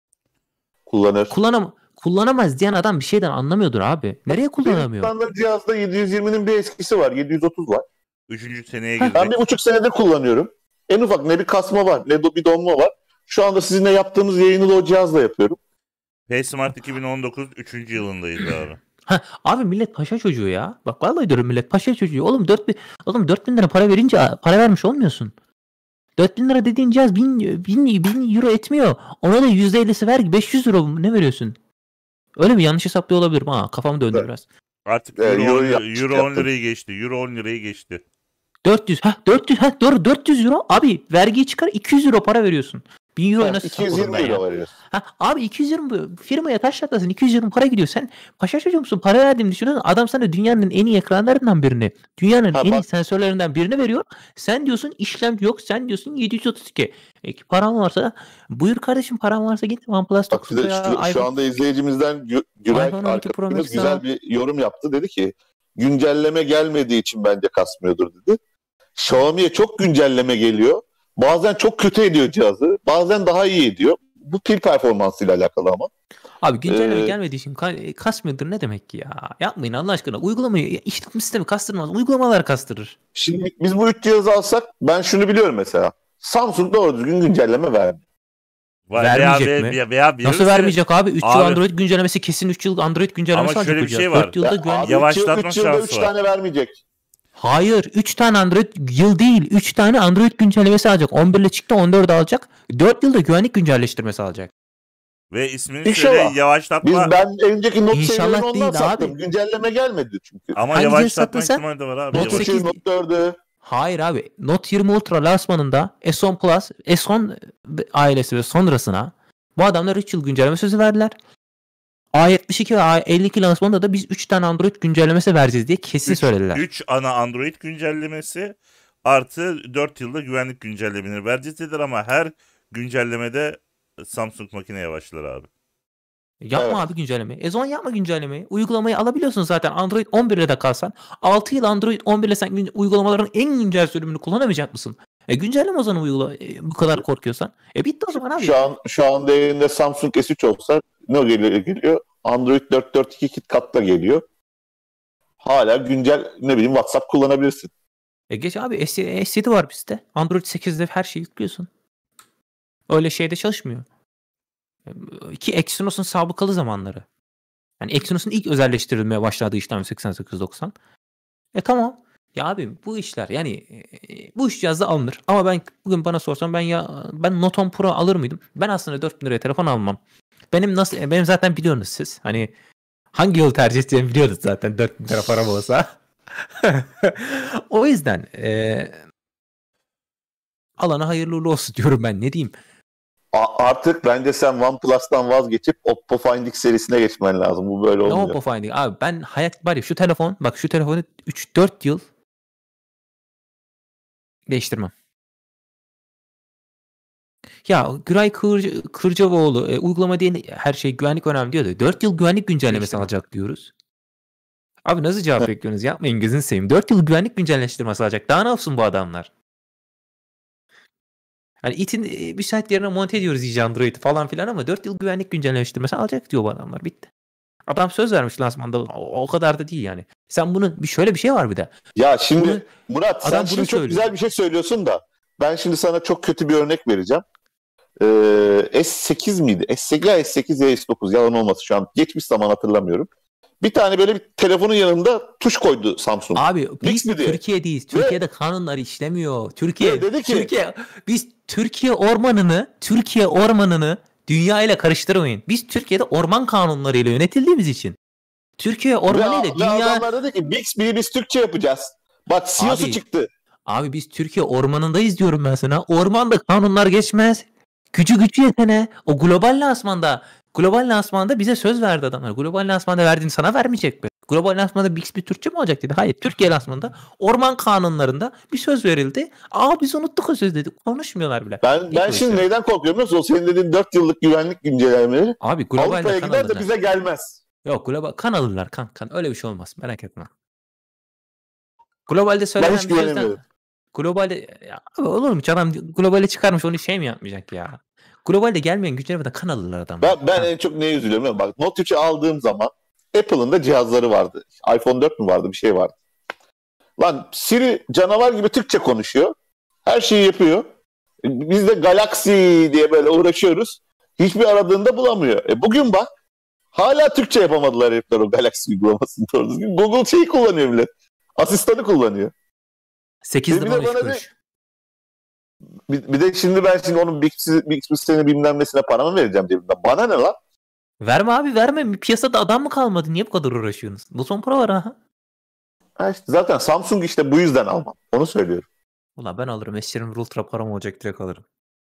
Kullanır. Kullanam kullanamaz diyen adam bir şeyden anlamıyordur abi. Nereye Benim kullanamıyor? standart cihazda yedi yüz yirminin bir eskisi var. yedi yüz otuz var. Üçüncü seneye Ha, girecek. Ben bir buçuk senedir kullanıyorum. En ufak ne bir kasma var ne de bir donma var. Şu anda sizinle yaptığımız yayını da o cihazla yapıyorum. P-Smart iki bin on dokuz üçüncü yılındaydı abi. Ha, abi millet paşa çocuğu ya. Bak vallahi diyorum millet paşa çocuğu. Oğlum dört bin, oğlum dört bin lira para verince para vermiş olmuyorsun. dört bin lira dediğin cihaz bin, bin, bin euro etmiyor. Ona da yüzde ellisi ver, beş yüz euro ne veriyorsun? Öyle mi? Yanlış hesaplıyor olabilirim. Ha, kafam döndü Evet. biraz. Artık Evet, Euro, Euro on, yapmış, Euro on yaptım. lirayı geçti. Euro on lirayı geçti. dört yüz. Ha dört yüz. Ha doğru dört yüz euro. Abi vergiyi çıkar iki yüz euro para veriyorsun. bin euroya nasıl iki yüz sakladım yirmi ben ya? euro veriyorsun. Ha, abi iki yüz yirmi firmaya taş taklasın, iki yüz yirmi para gidiyor. Sen paşa çocuğu musun? Para verdiğini düşünüyorsun. Adam sana dünyanın en iyi ekranlarından birini, dünyanın Ha, en iyi bak- sensörlerinden birini veriyor. Sen diyorsun işlemci yok. Sen diyorsun yedi yüz otuz iki. E, paran varsa buyur kardeşim, paran varsa git OnePlus Bak bir de dokuz şu, şu iPhone. anda izleyicimizden Gü- Güray iPhone on iki Pro arkadaşımız Max'i güzel al. bir yorum yaptı. Dedi ki güncelleme gelmediği için bence kasmıyordur dedi. Xiaomi'ye çok güncelleme geliyor. Bazen çok kötü ediyor cihazı. Bazen daha iyi ediyor. Bu pil performansıyla alakalı ama. Abi güncelleme Ee, gelmediği için ka- kasmıyordur ne demek ki ya? Yapmayın Allah aşkına. Uygulamayı, işletim sistemi kastırmaz. Uygulamalar kastırır. Şimdi biz bu üç cihazı alsak ben şunu biliyorum mesela. Samsung doğru düzgün güncelleme vermiyor. Var Vermeyecek veya, mi? Veya, veya Nasıl verirse- vermeyecek abi? üç yıl Abi- Android güncellemesi kesin üç yıl Android güncellemesi Ama alacak şöyle bu bir cihaz. şey var. dört yılda Ya güven... abi Yavaşlatma üç yılda şansı üç var. tane vermeyecek. Hayır. üç tane Android yıl değil. üç tane Android güncellemesi alacak. on bir ile çıktı on dördü alacak. dört yılda güvenlik güncelleştirmesi alacak. Ve ismini İnşallah. söyle Biz yavaşlatma. ben önceki Note İnşallah serilerini ondan değil sattım. abi. Güncelleme gelmedi çünkü. Ama Hangi cihaz yavaşlatma sattın sen? ihtimali de var abi. Note Note Yavaş- sekiz, sekiz Note dördü. Hayır abi. Note yirmi Ultra lansmanında S on Plus, S on ailesi ve sonrasına bu adamlar üç yıl güncelleme sözü verdiler. A yetmiş iki ve A elli iki lansmanında da biz üç tane Android güncellemesi vereceğiz diye kesin Üç- söylediler. üç ana Android güncellemesi artı dört yılda güvenlik güncellemeleri vereceğiz dediler ama her güncellemede Samsung makine yavaşlar abi. Yapma Evet. abi güncellemeyi. E zaman yapma güncellemeyi. Uygulamayı alabiliyorsun zaten. Android on bir ile de kalsan. altı yıl Android on bir ile sen gün- uygulamaların en güncel sürümünü kullanamayacak mısın? E güncelleme o zaman uygula e, bu kadar korkuyorsan. E bitti o zaman abi. Şu an şu an değerinde Samsung S üç olsa ne geliyor? geliyor? Android dört nokta dört iki KitKat'la geliyor. Hala güncel ne bileyim WhatsApp kullanabilirsin. E geç abi S yedi var bizde. Android sekizde her şeyi yüklüyorsun. Öyle şeyde çalışmıyor. E, Ki Exynos'un sabıkalı zamanları. Yani Exynos'un ilk özelleştirilmeye başladığı işlem seksen sekiz doksan. E tamam. Ya abi bu işler yani e, bu iş cihazda alınır. Ama ben bugün bana sorsan ben ya ben Note on Pro alır mıydım? Ben aslında dört bin liraya telefon almam. Benim nasıl e, benim zaten biliyorsunuz siz. Hani hangi yolu tercih edeceğimi biliyoruz zaten dört bin lira param olsa. O yüzden e, alana hayırlı uğurlu olsun diyorum ben ne diyeyim. A- artık bence sen OnePlus'tan vazgeçip Oppo Find X serisine geçmen lazım. Bu böyle Ne olmuyor. Oppo Finding? Abi ben hayat var ya şu telefon bak şu telefonu üç dört yıl değiştirmem. Ya Güray Kır, Kırcavoğlu e, uygulama değil her şey güvenlik önemli diyor da dört yıl güvenlik güncellemesi Değiştirmem. alacak diyoruz. Abi nasıl cevap bekliyorsunuz? Yapmayın gözünü seveyim. dört yıl güvenlik güncelleştirmesi alacak. Daha ne yapsın bu adamlar? Hani itin e, bir saat yerine monte ediyoruz iyice Android'i falan filan ama dört yıl güvenlik güncelleştirmesi alacak diyor bu adamlar. Bitti. Adam söz vermiş lansmanda. O, o kadar da değil yani. Sen bunu bir şöyle bir şey var bir de. Ya şimdi Bunu- Murat sen adam şimdi bunu çok söylüyor. güzel bir şey söylüyorsun da ben şimdi sana çok kötü bir örnek vereceğim. Ee, S sekiz miydi? S sekiz ya S sekiz ya S dokuz yalan olmasın şu an. Geçmiş zaman hatırlamıyorum. Bir tane böyle bir telefonun yanında tuş koydu Samsung. Abi biz mi diye? Türkiye'deyiz. Türkiye'de kanunlar işlemiyor. Türkiye Ve dedi ki- Türkiye biz Türkiye ormanını Türkiye ormanını dünya ile karıştırmayın. Biz Türkiye'de orman kanunlarıyla yönetildiğimiz için. Türkiye Ve, ormanı ile ve dünya adamlar dedi ki Bixby'yi biz Türkçe yapacağız. Bak C E O'su Abi, çıktı. Abi biz Türkiye ormanındayız diyorum ben sana. Ormanda kanunlar geçmez. Gücü gücü yetene. O global lansmanda global lansmanda bize söz verdi adamlar. Global lansmanda verdiğini sana vermeyecek mi? Global lansmanda Bixby Türkçe mi olacak dedi. Hayır. Türkiye lansmanında orman kanunlarında bir söz verildi. Aa biz unuttuk o söz dedik. Konuşmuyorlar bile. Ben ben İlk şimdi o yüzden. neyden korkuyorum biliyor musun? O senin dediğin dört yıllık güvenlik güncellemeleri Abi globalde Avrupa'ya kan gider de alırlar. bize gelmez. Yok global kan alırlar kan kan. Öyle bir şey olmaz. Merak etme. Globalde Ben söylenen hiç bir sözden güvenemiyorum. globalde ya abi olur mu canım globale çıkarmış onu şey mi yapmayacak ya? Globalde gelmeyen güçlerine kan alırlar adamlar. Ben, ben Kan. en çok neye üzülüyorum? biliyor musun? Bak Note üçü aldığım zaman Apple'ın da cihazları vardı. iPhone dört mü vardı? Bir şey vardı. Lan Siri canavar gibi Türkçe konuşuyor. Her şeyi yapıyor. Biz de Galaxy diye böyle uğraşıyoruz. Hiçbir aradığında bulamıyor. E bugün bak hala Türkçe yapamadılar herifler o Galaxy uygulamasını doğru düzgün. Google şeyi kullanıyor millet. Asistanı kullanıyor. sekiz Bir de lira on üç bana kuruş. Bir, bir de şimdi ben şimdi onun Bixby, Bixby sene bilmem nesine para mı vereceğim cebimden? Bana ne lan? Verme abi verme. Piyasada adam mı kalmadı? Niye bu kadar uğraşıyorsunuz? Note on Pro var ha. Ha işte zaten Samsung işte bu yüzden almam. Onu söylüyorum. Ulan ben alırım. S yirmi bir Ultra param olacak direkt alırım.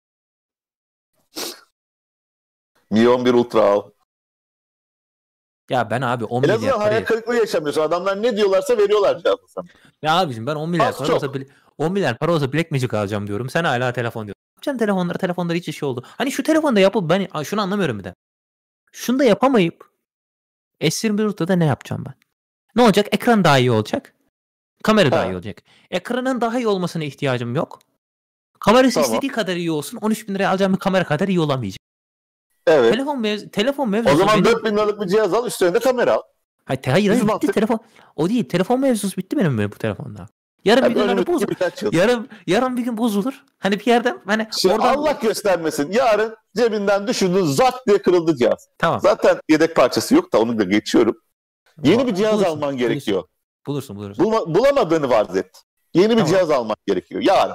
Mi on bir Ultra al. Ya ben abi on En milyar azından hayal parayı... kırıklığı yaşamıyorsun. Adamlar ne diyorlarsa veriyorlar cihazı sana. Ya abicim ben on milyar Az para çok. olsa bile... on milyar para olsa Black Magic alacağım diyorum. Sen hala telefon diyorsun. Yapacaksın telefonları telefonları hiç işi oldu. Hani şu telefonda yapıp ben Ay, şunu anlamıyorum bir de. Şunu da yapamayıp S yirmi bir Ultra'da ne yapacağım ben? Ne olacak? Ekran daha iyi olacak. Kamera daha Ha. iyi olacak. Ekranın daha iyi olmasına ihtiyacım yok. Kamerası Tamam. istediği kadar iyi olsun. on üç bin liraya alacağım bir kamera kadar iyi olamayacak. Evet. Telefon mevzu, telefon mevzusu O zaman benim... dört bin liralık bir cihaz al, üstüne de kamera al. Hayır, hayır, hayır Düz bitti mantık. telefon. O değil. Telefon mevzusu bitti benim böyle bu telefonda. Yarın Yani bir gün hani önümüzdeki bozulur. birkaç yıl. Yarın, yarın bir gün bozulur. Hani bir yerden hani Şimdi oradan... Allah göstermesin. Yarın cebinden düşürdün, zat diye kırıldı cihaz. Tamam. Zaten yedek parçası yok da onu da geçiyorum. Yeni bir cihaz Bulursun, alman bulursun. gerekiyor. Bulursun bulursun. Bulma, bulamadığını farz et. Yeni bir Tamam. cihaz alman gerekiyor. Yarın.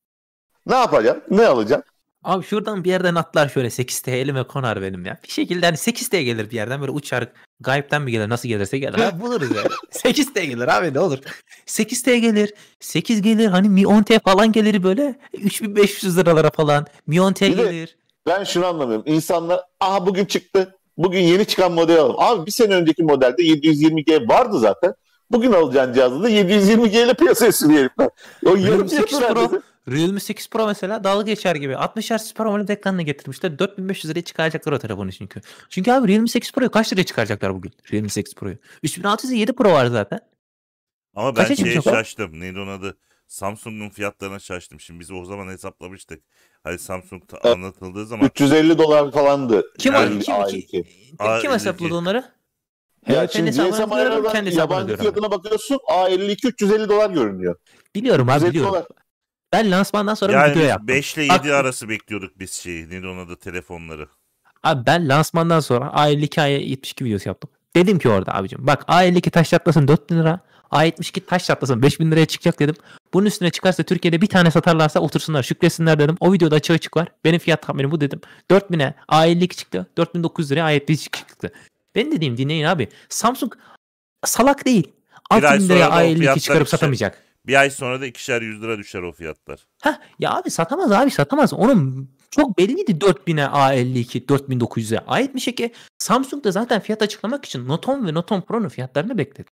Ne yapacaksın? Ne alacaksın? Abi şuradan bir yerden atlar şöyle sekiz T elime konar benim ya. Bir şekilde hani sekiz T gelir bir yerden böyle uçar. Gayipten mi gelir nasıl gelirse gelir. Abi buluruz yani. sekiz T gelir abi ne olur. sekiz T gelir. sekiz gelir hani Mi on T falan gelir böyle. üç bin beş yüz liralara falan. Mi on T Bir de- gelir. Ben şunu anlamıyorum. İnsanlar aha bugün çıktı. Bugün yeni çıkan model alalım. Abi bir sene önceki modelde yedi yüz yirmi G vardı zaten. Bugün alacağın cihazda da yedi yüz yirmi G ile piyasaya sürüyor herifler. O yarım Realme sekiz fiyatı Pro, neredeyse. Realme sekiz Pro mesela dalga geçer gibi. altmış Hz Super AMOLED ekranla getirmişler. dört bin beş yüz liraya çıkaracaklar o telefonu çünkü. Çünkü abi Realme sekiz Pro'yu kaç liraya çıkaracaklar bugün? Realme sekiz Pro'yu. üç bin altı yüz yedi Pro var zaten. Ama ben Kaça şeye çıkacak o? şaştım. Neydi onun adı? Samsung'un fiyatlarına şaştım. Şimdi biz o zaman hesaplamıştık. Hani Samsung ta- Evet. anlatıldığı zaman üç yüz elli dolar falandı. Kim Yani- o? Kim, A kim, iki. A kim elli hesapladı iki. onları? Ya H V P'nin şimdi hesabını G S M biliyorum, ayarlardan kendi hesabını yabancı diyorum. fiyatına bakıyorsun. A elli iki üç yüz elli dolar görünüyor. Biliyorum abi üç yüz elli biliyorum. dolar. Ben lansmandan sonra bir yani video biz yaptım. beş ile Bak- yedi arası bekliyorduk biz şeyi. Neydi onun adı? Telefonları. Abi ben lansmandan sonra A elli iki A yetmiş iki videosu yaptım. Dedim ki orada abicim bak A elli iki taş çatlasın dört bin lira. A yetmiş iki taş çatlasın beş bin liraya çıkacak dedim. Bunun üstüne çıkarsa Türkiye'de bir tane satarlarsa otursunlar şükretsinler dedim. O videoda açık açık var. Benim fiyat tahminim bu dedim. dört bine A elli iki çıktı. dört bin dokuz yüz liraya A yetmiş iki çıktı. Ben dediğim dinleyin abi. Samsung salak değil. Bir ay altı bin liraya sonra da o A elli iki fiyatlar çıkarıp yüksel- satamayacak. Bir ay sonra da ikişer yüz lira düşer o fiyatlar. Heh, ya abi satamaz abi satamaz. Onun çok belliydi dört bine A elli iki, dört bin dokuz yüze. A yetmiş iki Samsung da zaten fiyat açıklamak için Note on ve Note on Pro'nun fiyatlarını bekledi.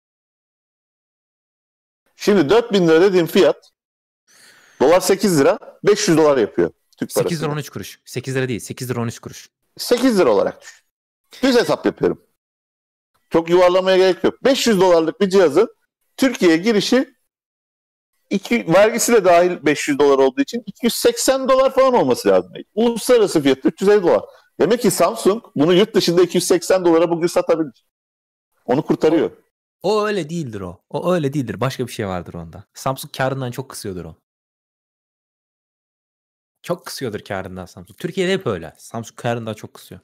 Şimdi dört bin lira dediğim fiyat dolar sekiz lira beş yüz dolar yapıyor. Türk sekiz parasıyla. lira on üç kuruş. sekiz lira değil sekiz lira on üç kuruş. sekiz lira olarak düşün. Düz hesap yapıyorum. Çok yuvarlamaya gerek yok. beş yüz dolarlık bir cihazın Türkiye'ye girişi iki, vergisi de dahil beş yüz dolar olduğu için iki yüz seksen dolar falan olması lazım. Uluslararası fiyatı üç yüz elli dolar. Demek ki Samsung bunu yurt dışında iki yüz seksen dolara bugün satabilir. Onu kurtarıyor. O öyle değildir o. O öyle değildir. Başka bir şey vardır onda. Samsung karından çok kısıyordur o. Çok kısıyordur karından Samsung. Türkiye'de hep öyle. Samsung karından çok kısıyor.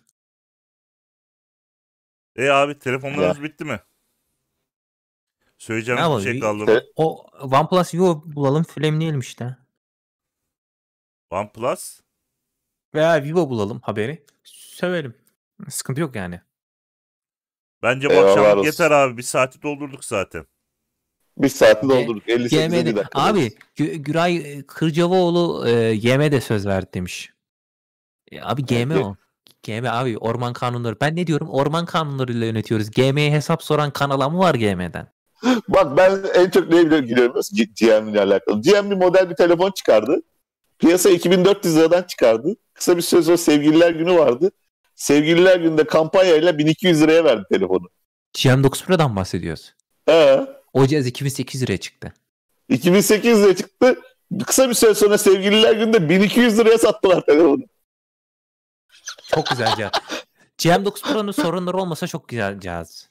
E abi telefonlarımız bitti mi? Söyleyeceğimiz Ne bir şey yapalım? kaldı mı? O OnePlus Vivo bulalım flameleyelim işte. OnePlus? Veya Vivo bulalım haberi. Sövelim. Sıkıntı yok yani. Bence bu Eyvallah akşamlık olsun. yeter abi. Bir saati doldurduk zaten. Bir saati G- doldurduk. elli sekiz elli G M D dakika. abi Gü- Güray Kırcavoğlu e, G M de söz verdi demiş. E, abi G M Evet. o. G M abi orman kanunları. Ben ne diyorum? Orman kanunlarıyla yönetiyoruz. G M'ye hesap soran kanala mı var G M'den? Bak ben en çok neye biliyorum G M ile alakalı. G M bir model bir telefon çıkardı. Piyasa iki bin dört yüz liradan çıkardı. Kısa bir süre sonra sevgililer günü vardı. Sevgililer gününde kampanyayla bin iki yüz liraya verdi telefonu. G M dokuz Pro'dan bahsediyoruz. He. O cihaz iki bin sekiz yüz liraya çıktı. iki bin sekiz liraya çıktı. Kısa bir süre sonra sevgililer gününde bin iki yüz liraya sattılar telefonu. Çok güzel cihaz. G M dokuz Pro'nun sorunları olmasa çok güzel cihaz.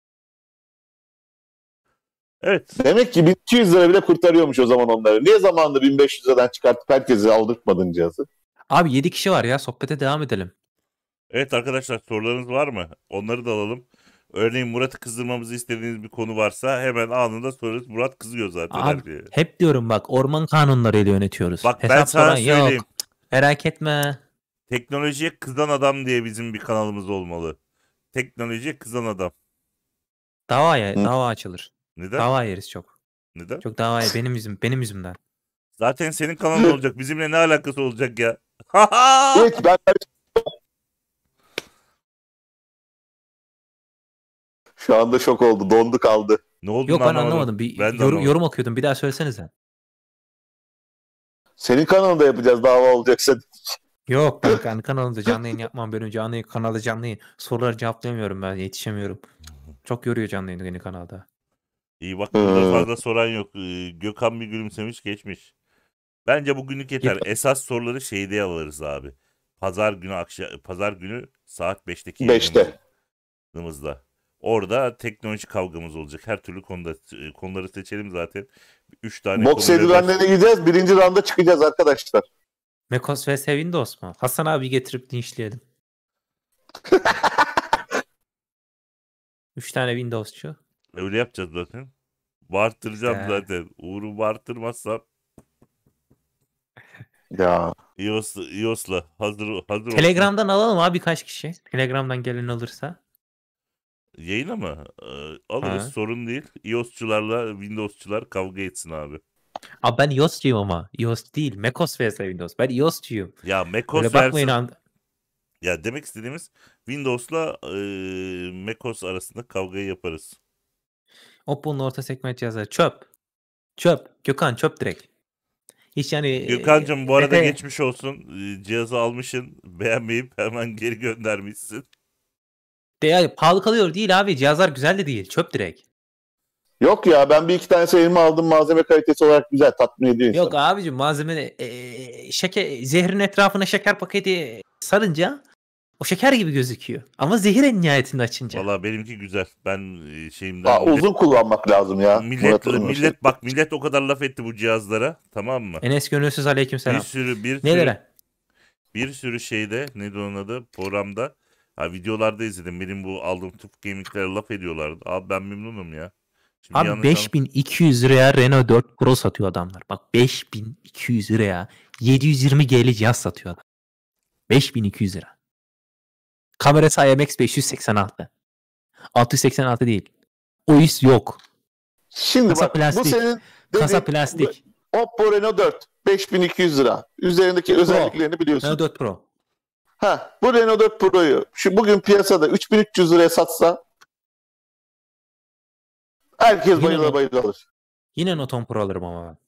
Evet. Demek ki bin iki yüz lira bile kurtarıyormuş o zaman onları. Niye zamanında bin beş yüz liradan çıkartıp herkese aldırtmadın cihazı? Abi yedi kişi var ya sohbete devam edelim. Evet arkadaşlar sorularınız var mı? Onları da alalım. Örneğin Murat'ı kızdırmamızı istediğiniz bir konu varsa hemen anında sorarız. Murat kızıyor zaten her Abi şeye. hep diyorum bak orman kanunlarıyla yönetiyoruz. Bak ben Hesap sana soran söyleyeyim. yok. Merak etme. Teknolojiye kızan adam diye bizim bir kanalımız olmalı. Teknolojiye kızan adam. Davaya, Hı. dava açılır. Neden? Dava yeriz çok. Neden? Çok davaya benim yüzüm benim yüzümden. Zaten senin kanalın olacak. Bizimle ne alakası olacak ya? Evet ben şu anda şok oldu. Dondu kaldı. Ne oldu Yok ben anlamadım. Bir Ben de yorum, anlamadım. yorum okuyordum. Bir daha söylesenize. Senin kanalında yapacağız dava olacaksa. Yok ben kendi kanalımda canlı yayın yapmam. Benim canlı yayın, kanalda canlı yayın. Soruları cevaplayamıyorum ben. Yetişemiyorum. Çok yoruyor canlı yayın yeni kanalda. İyi bak burada Hı. fazla soran yok. Ee, Gökhan bir gülümsemiş geçmiş. Bence bugünlük yeter. Git- Esas soruları şeyde alırız abi. Pazar günü akşam Pazar günü saat beşteki Beşte. yayınımızda. Orada teknoloji kavgamız olacak. Her türlü konuda e, konuları seçelim zaten. Üç tane Boks konuyla baş- eldivenlerine gideceğiz. Birinci rounda çıkacağız arkadaşlar. macOS vs Windows mu? Hasan abi getirip linçleyelim. Üç tane Windows'çu. Öyle yapacağız zaten. Bağırtıracağım İşte. zaten. Uğur'u bağırtırmazsam Ya. iOS, iOS'la hazır hazır olsun. Telegram'dan alalım abi birkaç kişi. Telegram'dan gelen alırsa. Yayına mı? Ee, alırız Ha. sorun değil. iOS'çularla Windows'çular kavga etsin abi. Abi ben iOS'cuyum ama. iOS değil. macOS vs Windows. Ben iOS'cuyum. Ya Öyle macOS bakmayın versin. abi. Ya demek istediğimiz Windows'la e, macOS arasında kavgayı yaparız. Oppo'nun orta segment cihazları çöp. Çöp. Gökhan çöp direkt. Hiç yani Gökhan'cığım bu arada detay- geçmiş olsun. Ee, Cihazı almışsın. Beğenmeyip hemen geri göndermişsin. değer pahalı kalıyor değil abi. Cihazlar güzel de değil. Çöp direkt. Yok ya ben bir iki tanesi elime aldım. Malzeme kalitesi olarak güzel. Tatmin ediyor insanı. Yok abicim malzeme e, şeker zehrin etrafına şeker paketi sarınca o şeker gibi gözüküyor. Ama zehir en nihayetinde açınca. Valla benimki güzel. Ben e, şeyimden Aa, millet, uzun kullanmak lazım ya. millet, Murat'ın şey. millet bak millet o kadar laf etti bu cihazlara. Tamam mı? Enes Gönülsüz Bir aleykümselam. sürü bir sürü Nelere? bir sürü şeyde neydi onun adı programda ha, videolarda izledim. Benim bu aldığım Tuf Gaming'lere laf ediyorlardı. Abi ben memnunum ya. Şimdi Abi yanlış beş bin iki yüz liraya Renault dört Pro satıyor adamlar. Bak beş bin iki yüz liraya yedi yüz yirmi G'li cihaz satıyor adam. beş bin iki yüz lira. Kamerası I M X beş yüz seksen altı. altı yüz seksen altı değil. O iş yok. Şimdi Kasa bak bu plastik. senin Kasa dediğin plastik. Oppo Reno dört beş bin iki yüz lira. Üzerindeki özelliklerini biliyorsun. Renault dört Pro. Ha, bu Renault dört Pro'yu şu bugün piyasada üç bin üç yüz liraya satsa herkes Yine bayıla mi? bayıla alır. Yine Note on Pro alırım ama ben.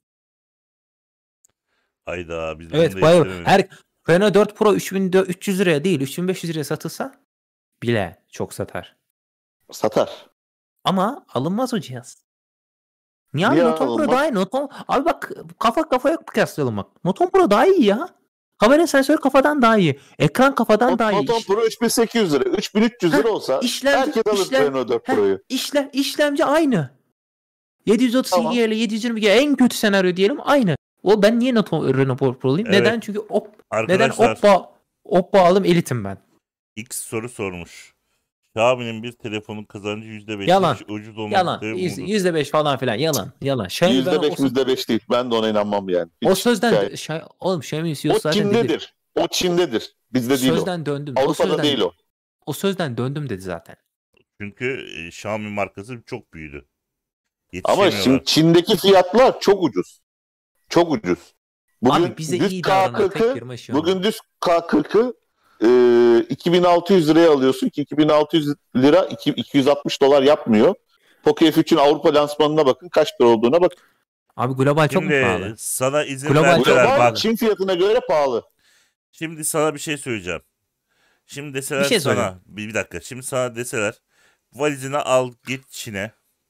Hayda biz Evet bunu bayılırım. değiştiremedik. Her Renault dört Pro üç bin üç yüz liraya değil üç bin beş yüz liraya satılsa bile çok satar. Satar. Ama alınmaz o cihaz. Niye abi Niye Note on Pro alınmaz? daha iyi? Note on... Abi bak kafa kafaya kıyaslayalım bak. Note on Pro daha iyi ya. Kamera sensörü kafadan daha iyi. Ekran kafadan Note daha iyi. Note on İş- Pro üç bin sekiz yüz lira. üç bin üç yüz lira olsa işlemci- herkes alır işlem- Renault dört Heh, Pro'yu. işle, işlemci aynı. yedi yüz otuz iki Tamam. G ile yedi yüz yirmi G en kötü senaryo diyelim aynı. O ben niye Note on- Renault Pro'luyum? Evet. Neden? Çünkü op, neden Arkadaşlar Oppo Oppo alım elitim ben. X soru sormuş. Xiaomi'nin bir telefonun kazancı yüzde beş. Yalan. Ucuz olmak Yalan. sebebi Yüz- budur. yüzde beş falan filan. Yalan. Yalan. Xiaomi ben yüzde beş o, yüzde beş değil. Ben de ona inanmam yani. Hiç o sözden hikaye. de, Şa- oğlum Xiaomi O C E O zaten dedi. Çin'dedir. O Çin'dedir. Bizde değil o. Sözden döndüm. o Avrupa'da sözden, değil o. O sözden döndüm dedi zaten. Çünkü e, Xiaomi markası çok büyüdü. Ama Yetişemiyorlar. şimdi Çin'deki fiyatlar çok ucuz. Çok ucuz. Bugün Abi bize düz iyi davranan tek K kırkı firma Xiaomi. bugün düz K kırkı e, iki bin altı yüz liraya alıyorsun ki iki bin altı yüz lira iki- 260 dolar yapmıyor. Poco F üçün Avrupa lansmanına bakın kaç para olduğuna bakın. Abi global çok mu Şimdi pahalı? sana izin Global verdiler. çok Global pahalı. Bak Çin fiyatına göre pahalı. şimdi sana bir şey söyleyeceğim. Şimdi deseler Bir şey sana söyle. bir, bir dakika. Şimdi sana deseler valizini al git Çin'e.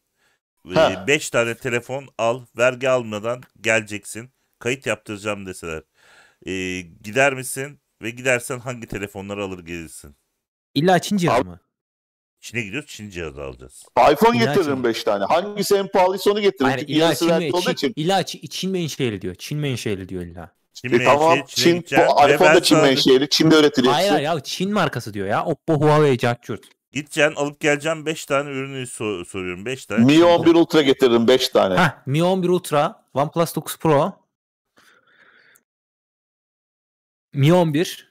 Ha. beş tane telefon al vergi almadan geleceksin. Kayıt yaptıracağım deseler. E, gider misin? Ve gidersen hangi telefonları alır gelirsin? İlla Çin cihazı Al- mı? Çin'e gidiyoruz Çin cihazı alacağız. iPhone İlla getiririm Çin. beş tane. Hangisi en pahalıysa onu getiririm. Hayır Çünkü illa yarısı Çin, vergi mi, olduğu Çin, için. illa Çin, Çin menşeli diyor. Çin menşeli diyor illa. Çin E tamam menşeli, Çin'e Çin, gideceksin bu ve iPhone ben da Çin sana- menşeli. Çin'de üretiliyor. Hayır hepsi. hayır ya Çin markası diyor ya. Oppo, Huawei, Carchurt. Gideceksin alıp geleceğim beş tane ürünü so- soruyorum. beş tane. Mi Çin- on bir Ultra getiririm beş tane. Heh, Mi on bir Ultra, OnePlus dokuz Pro, Mi on bir.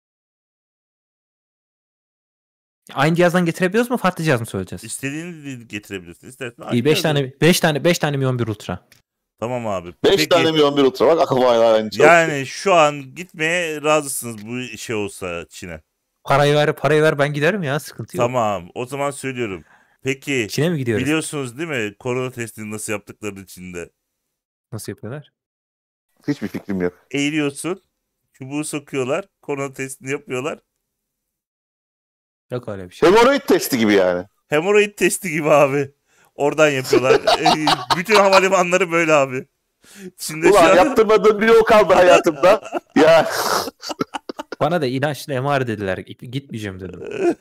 Aynı cihazdan getirebiliyoruz mu? Farklı cihaz mı söyleyeceğiz? İstediğini getirebilirsin. İstersen İyi beş aynı tane beş tane beş tane Mi on bir Ultra. Tamam abi. beş Peki, tane Mi on bir Ultra bak akıl var aynı çalışıyor. yani şu an gitmeye razısınız bu şey olsa Çin'e. Parayı ver, parayı ver ben giderim ya sıkıntı yok. Tamam. O zaman söylüyorum. Peki Çin'e mi gidiyoruz? biliyorsunuz değil mi korona testini nasıl yaptıklarını Çin'de? Nasıl yapıyorlar? Hiçbir fikrim yok. Eğiliyorsun. Çubuğu sokuyorlar. Korona testini yapıyorlar. Yok öyle bir şey. Hemoroid testi gibi yani. Hemoroid testi gibi abi. Oradan yapıyorlar. E, bütün havalimanları böyle abi. Şimdi Ulan şu an- yaptırmadığım bir yol kaldı hayatımda. Ya Bana da ilaçla M R dediler. Gitmeyeceğim dedim.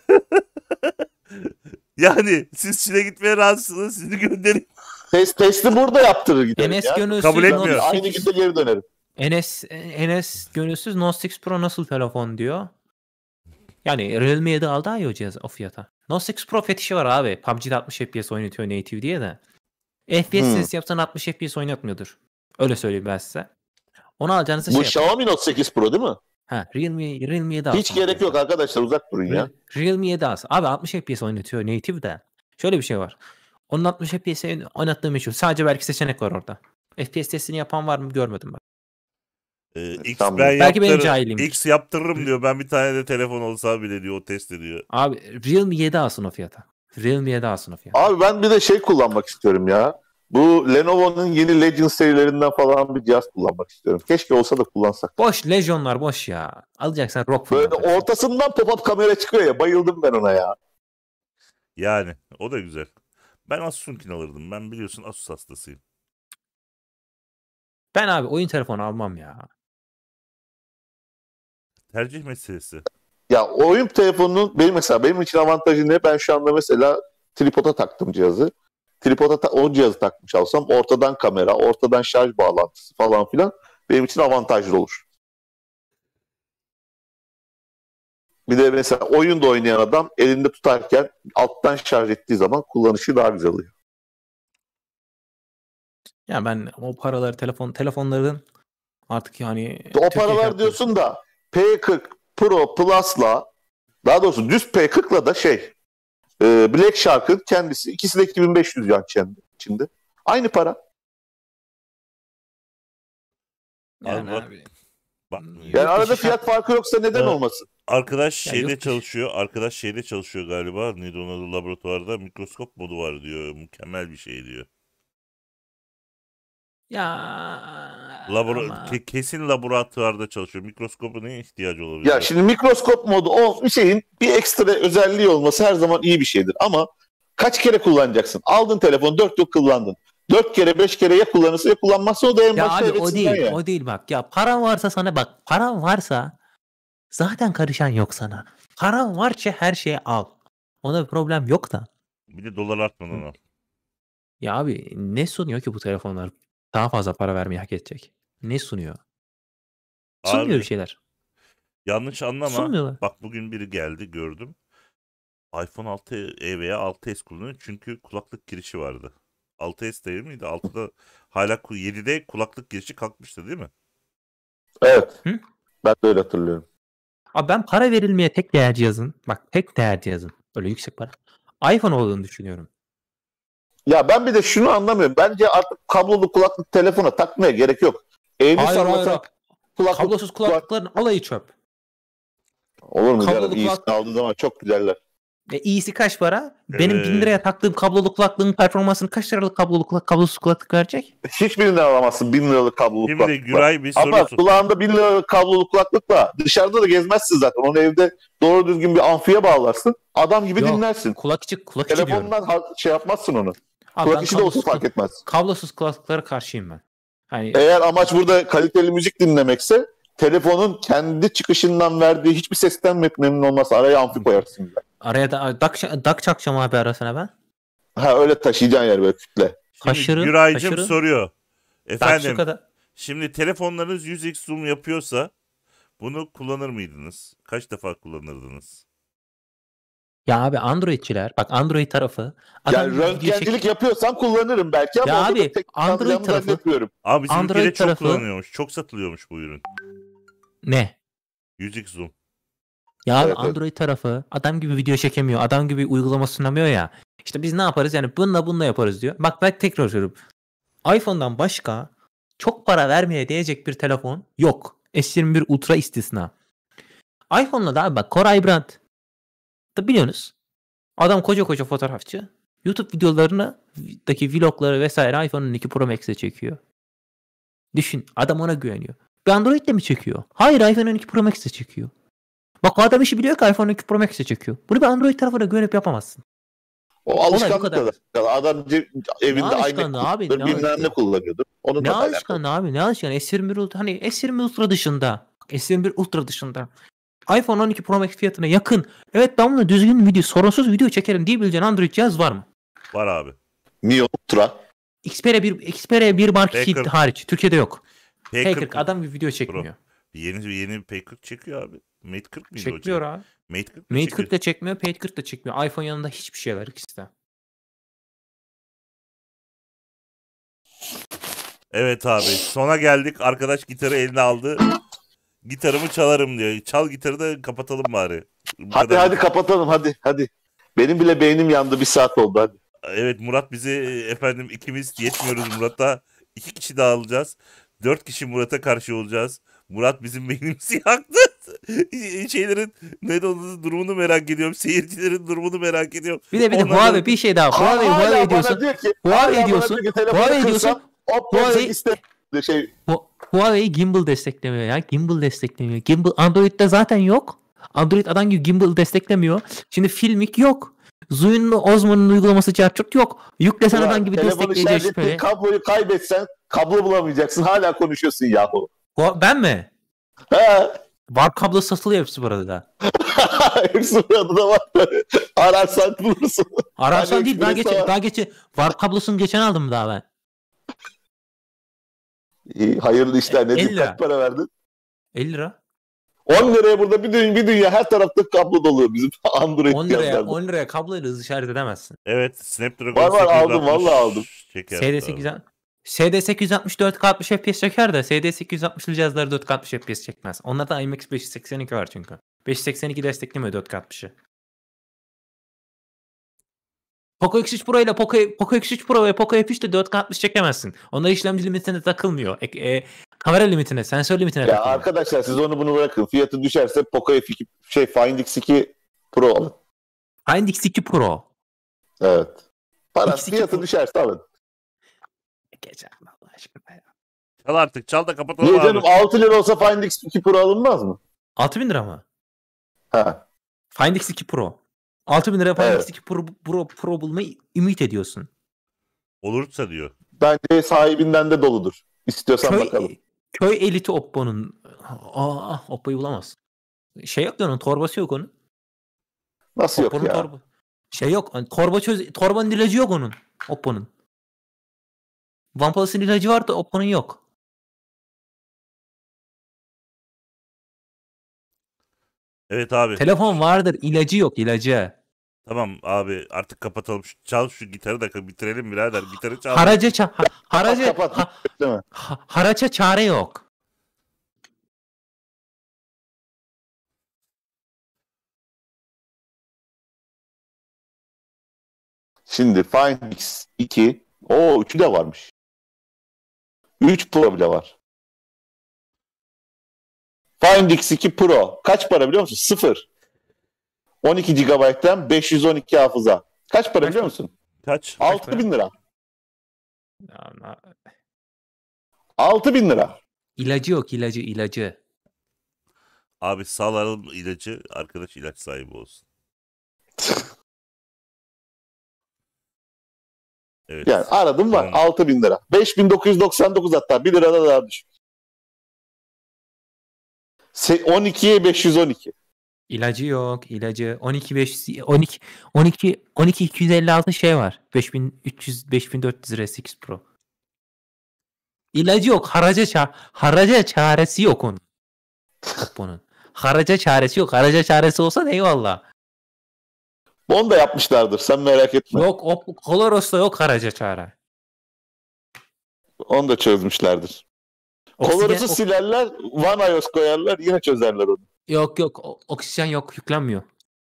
yani siz Çin'e gitmeye razısınız. Sizi göndereyim. test, testi burada yaptırır giderim Enes ya. gönülsüz Kabul etmiyor. Note Aynı sekiz. günde geri dönerim. Enes, Enes gönülsüz Note sekiz Pro nasıl telefon diyor. Yani Realme'ye de aldı ya o cihaz o fiyata. Note sekiz Pro fetişi var abi. P U B G'de altmış F P S oynatıyor native diye de. F P S Hmm. testi yapsan altmış F P S oynatmıyordur. Öyle söyleyeyim ben size. Onu alacağınızda Bu şey yapın. Xiaomi Note sekiz Pro değil mi? Ha, Realme, Realme yedi alsın. Hiç gerek yok arkadaşlar, uzak durun ya. Realme yedi alsın. Abi altmış F P S oynatıyor native de. Şöyle bir şey var. Onun altmış F P S oynattığı meşhur. Sadece belki seçenek var orada. F P S testini yapan var mı görmedim ben. Ee, X Tamam. ben Belki benim yaptırırım. cahilimdir. X yaptırırım diyor. Ben bir tane de telefon olsa bile diyor. O test ediyor. Abi Realme yedi alsın o fiyata. Realme yedi alsın o fiyata. Abi ben bir de şey kullanmak istiyorum ya. Bu Lenovo'nun yeni Legend serilerinden falan bir cihaz kullanmak istiyorum. Keşke olsa da kullansak. Boş Legion'lar boş ya. Alacaksan ROG Böyle fırlatacaksın. ortasından pop-up kamera çıkıyor ya. Bayıldım ben ona ya. Yani o da güzel. Ben Asus'unkini alırdım. Ben biliyorsun Asus hastasıyım. Ben abi oyun telefonu almam ya. Tercih meselesi. Ya oyun telefonunun benim mesela benim için avantajı ne? Ben şu anda mesela tripoda taktım cihazı. Tripoda ta- o cihazı takmış olsam ortadan kamera, ortadan şarj bağlantısı falan filan benim için avantajlı olur. Bir de mesela oyunda oynayan adam elinde tutarken alttan şarj ettiği zaman kullanışı daha güzel oluyor. Ya ben o paraları telefon telefonların artık yani O Türkiye paralar şartları- diyorsun da P kırk Pro Plus'la, daha doğrusu düz P kırk'la da şey e, Black Shark'ın kendisi, ikisi de iki bin beş yüz yan içinde. Aynı para. Yani Abi bak- abi. Bak, Yani Yurt arada dışı fiyat şart- farkı yoksa neden Evet. olmasın? Arkadaş Ya şeyde yurt dışı- çalışıyor. Arkadaş şeyde çalışıyor galiba. Neydi onun adı? Laboratuvarda mikroskop modu var diyor. Mükemmel bir şey diyor. Ya Labora ama- ke- kesin laboratuvarda çalışıyor. Mikroskopa neye ihtiyacı olabilir? Ya şimdi mikroskop modu o bir şeyin bir ekstra özelliği olması her zaman iyi bir şeydir. Ama kaç kere kullanacaksın? Aldın telefonu dört yıl kullandın. Dört kere beş kere ya kullanırsın ya kullanmazsa o da en Ya başta abi o hevesinden değil, ya. o değil bak. Ya paran varsa sana bak, paran varsa zaten karışan yok sana. Paran varsa her şeyi al. Ona bir problem yok da. Bir de dolar artmadan al. Ya abi ne sunuyor ki bu telefonlar? Daha fazla para vermeyi hak edecek. Ne sunuyor? Sunmuyor Abi, bir şeyler. yanlış anlama. Sunmuyorlar. Bak bugün biri geldi gördüm. iPhone altı e veya altı S kullanıyor çünkü kulaklık girişi vardı. altı S değil miydi? altıda hala ku- yedide kulaklık girişi kalkmıştı değil mi? Evet. Hı? Ben de öyle hatırlıyorum. Abi ben para verilmeye tek değer cihazın, bak tek değer cihazın, öyle yüksek para, iPhone olduğunu düşünüyorum. Ya ben bir de şunu anlamıyorum. Bence artık kablolu kulaklık telefona takmaya gerek yok. Evli Hayır, hayır, sallasan hayır. kulaklık Kablosuz kulaklıkların alayı çöp. olur mu kablolu canım? İyisini kulak- aldığı zaman çok güzeller. E, iyisi kaç para? Benim bin Evet. liraya taktığım kablolu kulaklığın performansını kaç liralık kablolu kulak, kablosuz kulaklık verecek? Hiçbirinden alamazsın bin liralık kablolu Şimdi de kulaklık. Güray bir soru Ama sor- kulağında bin liralık kablolu kulaklıkla dışarıda da gezmezsin zaten. Onu evde doğru düzgün bir amfiye bağlarsın. Adam gibi Yok, dinlersin. Kulak içi, kulak içi diyorum. Telefondan ha- şey yapmazsın onu. Abi Kulak ben içi de olsa kablosuz, fark etmez. kablosuz kulaklıklara karşıyım ben. Hani Eğer amaç burada kaliteli müzik dinlemekse telefonun kendi çıkışından verdiği hiçbir sesten memnun olmazsa araya amfi koyarsın. bile. araya da dak, dak çakacağım abi arasına ben. Ha öyle taşıyacaksın yer böyle kütle. Şimdi Kaşırı, Güraycığım kaşırı. soruyor. Dak Efendim şu kadar. şimdi telefonlarınız yüz x zoom yapıyorsa bunu kullanır mıydınız? Kaç defa kullanırdınız? Ya abi Androidçiler, bak Android tarafı. Yani video röntgencilik çek- yapıyorsan kullanırım belki ama Ya orada abi, da tek Android kalacağımı tarafı- zannetmiyorum. Abi bizim Android ülkede çok tarafı- kullanıyormuş. Çok satılıyormuş bu ürün. Ne? yüz x zoom. Ya abi Evet, evet. Android tarafı adam gibi video çekemiyor, adam gibi uygulama sunamıyor ya. İşte biz ne yaparız yani bununla bununla yaparız diyor. Bak ben tekrar söylüyorum. iPhone'dan başka çok para vermeye değecek bir telefon yok. S yirmi bir Ultra istisna. iPhone'la da abi bak Koray Brandt da biliyorsunuz. Adam koca koca fotoğrafçı. YouTube videolarını daki vlogları vesaire iPhone on iki Pro Max'e çekiyor. Düşün adam ona güveniyor. Bir Android'le mi çekiyor? Hayır iPhone on iki Pro Max'e çekiyor. Bak o adam işi biliyor ki iPhone on iki Pro Max'e çekiyor. Bunu bir Android tarafına güvenip yapamazsın. O Olay bu alışkanlıkla kadar. da. Adam ce- Ne evinde alışkanlığı iMac abi? kullanıyordur, Ne, bilmem ne kullanıyordur. Onun ne da alakalı. alışkanlığı abi? Ne alışkanlığı? S yirmi bir Ultra, hani S yirmi Ultra dışında. S yirmi bir Ultra dışında. iPhone on iki Pro Max fiyatına yakın. Evet, ben bunu düzgün video, sorunsuz video çekerim diyebileceğin Android cihaz var mı? Var abi. Mi Ultra. Xperia bir Xperia bir Mark P iki kırk. hariç. Türkiye'de yok. P P kırk kırk adam bir video çekmiyor. Yeni yeni P kırk çekiyor abi. Mate kırk mıydı o? Çekmiyor abi. Mate kırk da Mate çekiyor. kırk da çekmiyor, P kırk da çekmiyor. iPhone yanında hiçbir şey var ikisi de. Evet abi. Sona geldik. Arkadaş gitarı eline aldı. Gitarımı çalarım diyor. Çal gitarı da kapatalım bari. Bu Hadi kadar. hadi kapatalım hadi hadi. Benim bile beynim yandı, bir saat oldu hadi. Evet, Murat bizi efendim ikimiz yetmiyoruz Murat'ta. İki kişi daha alacağız. Dört kişi Murat'a karşı olacağız. Murat bizim beynimizi yaktı. Şeylerin ne de onun durumunu merak ediyorum. Seyircilerin durumunu merak ediyorum. Bir de bir de Onlar Huawei da- bir şey daha. Hala Huawei Huawei bana diyorsun. diyor ki, Huawei hala diyorsun, bana diyor ki, telefonu Huawei kırsam, diyorsun, Oppo Huawei- iste şey Hu- Huawei gimbal desteklemiyor ya. Gimbal desteklemiyor. Gimbal Android'de zaten yok. Android adam gibi gimbal desteklemiyor. Şimdi Filmic yok. Zooom'un Osmo'nun uygulaması çarçurt yok. Yüklesen Ulan, adam gibi telefonu destekleyecek şarj ettiğin şüpheli. kabloyu kaybetsen kablo bulamayacaksın. Hala konuşuyorsun yahu. Hua- Ben mi? He. Var kablo satılıyor hepsi burada da. Hepsi burada da var. Ararsan bulursun. Ararsan Hani değil, daha Express'te geçen var. daha geçen var kablosunu geçen aldım daha ben. İyi, hayırlı işler. Ne elli diyeyim, lira. kaç para verdin? elli lira. on liraya burada bir dünya, bir dünya her tarafta kablo doluyor bizim Android on liraya cihazlarda. on liraya kabloyla hızlı şarj edemezsin. Evet, Snapdragon Var var, sekiz yüz aldım, altmış vallahi aldım. Çeker. S D sekiz S D sekiz yüz altmış dört K altmış F P S çeker de S D sekiz yüz altmışlı cihazlar dört K altmış F P S çekmez. Onlarda I M X beş yüz seksen iki var çünkü. beş yüz seksen iki desteklemiyor dört K altmışı. Poco X üç Pro ile Poco, Poco X üç Pro ve Poco F üç de dört K altmış çekemezsin. Onlar işlemci limitine takılmıyor. E, e, kamera limitine, sensör limitine Ya takılıyor. arkadaşlar, siz onu bunu bırakın. Fiyatı düşerse Poco F iki şey Find X iki Pro alın. Find X iki Pro. Evet. Para X iki fiyatı Pro. düşerse alın. Geçer Allah aşkına ya. Çal artık, çal da kapatalım Niye abi. canım, altı lira olsa Find X iki Pro alınmaz mı? altı bin lira mı? Ha. Find X iki Pro. altı bin liraya Find Evet. X iki Pro, Pro, Pro bulmayı ümit ediyorsun. Olursa diyor. Bence sahibinden de doludur. İstiyorsan Köy, bakalım. köy eliti Oppo'nun. Aa, Oppo'yu bulamazsın. Şey yok ya, onun torbası yok onun. Nasıl yok Oppo'nun ya? torba. Şey yok. Hani torba çöz torbanın ilacı yok onun. Oppo'nun. OnePlus'ın ilacı var da Oppo'nun yok. Evet abi. Telefon vardır, ilacı yok, ilacı. Tamam abi, artık kapatalım. Şu, çal şu gitarı da bitirelim birader. Gitarı çal. Haraca ça ha- haraca kapat. ha- Değil mi? ha- haraca çare yok. Şimdi Find X iki. Oo, üçü de varmış. üç Pro bile var. Find X iki Pro. Kaç para biliyor musun? Sıfır. on iki gigabayttan beş yüz on iki hafıza. Kaç para Kaç biliyor para? musun? Kaç? altı bin lira. Ya, na- altı bin lira. İlacı yok, ilacı, ilacı. Abi sağlarım ilacı, arkadaş ilaç sahibi olsun. Evet. Yani aradım var. Tamam. altı bin lira. beş bin dokuz yüz doksan dokuz hatta. bir lirada daha düşük. Se- on ikiye beş yüz on iki. İlacı yok, ilacı. on iki beş on iki on iki on iki iki yüz elli altı şey var. beş bin üç yüz beş bin dört yüz lira S X Pro. İlacı yok. Haraca ça haraca çaresi yok onun. Oppo'nun. Haraca çaresi yok. Haraca çaresi olsa da eyvallah. Onu da yapmışlardır. Sen merak etme. Yok, Oppo Coloros'ta yok haraca çare. Onu da çözmüşlerdir. Coloros'u Oksijen- silerler. One iOS koyarlar. Yine çözerler onu. Yok yok, o- oksijen yok, yüklenmiyor.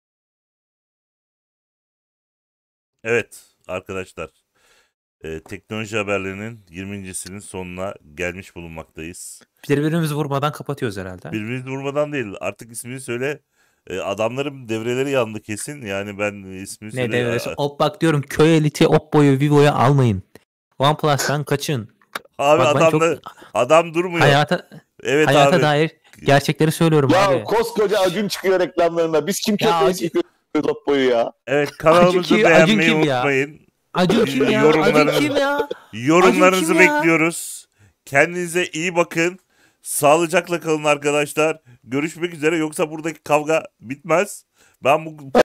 Evet arkadaşlar. Ee, teknoloji haberlerinin yirmincisinin sonuna gelmiş bulunmaktayız. Birbirimizi vurmadan kapatıyoruz herhalde. Birbirimizi vurmadan değil. Artık ismini söyle. Ee, adamların devreleri yandı kesin. Yani ben ismini Ne söyle. devresi? Aa, Op, bak diyorum, köy eliti Oppo'yu, Vivo'yu almayın. OnePlus'tan kaçın. Abi Bak ben adam çok- da adam durmuyor. Hayata evet hayata abi. dair gerçekleri söylüyorum Ya abi. koskoca Acun çıkıyor reklamlarına. Biz kim Ya köpeğiz Acun- ki Loppo'yu ya. Evet, kanalımızı kim- Acun beğenmeyi kim ya? unutmayın. Acun kim ya? Yorumlarınız- Acun kim ya? Yorumlarınızı Acun kim ya? bekliyoruz. Kendinize iyi bakın. Sağlıcakla kalın arkadaşlar. Görüşmek üzere, yoksa buradaki kavga bitmez. Ben bu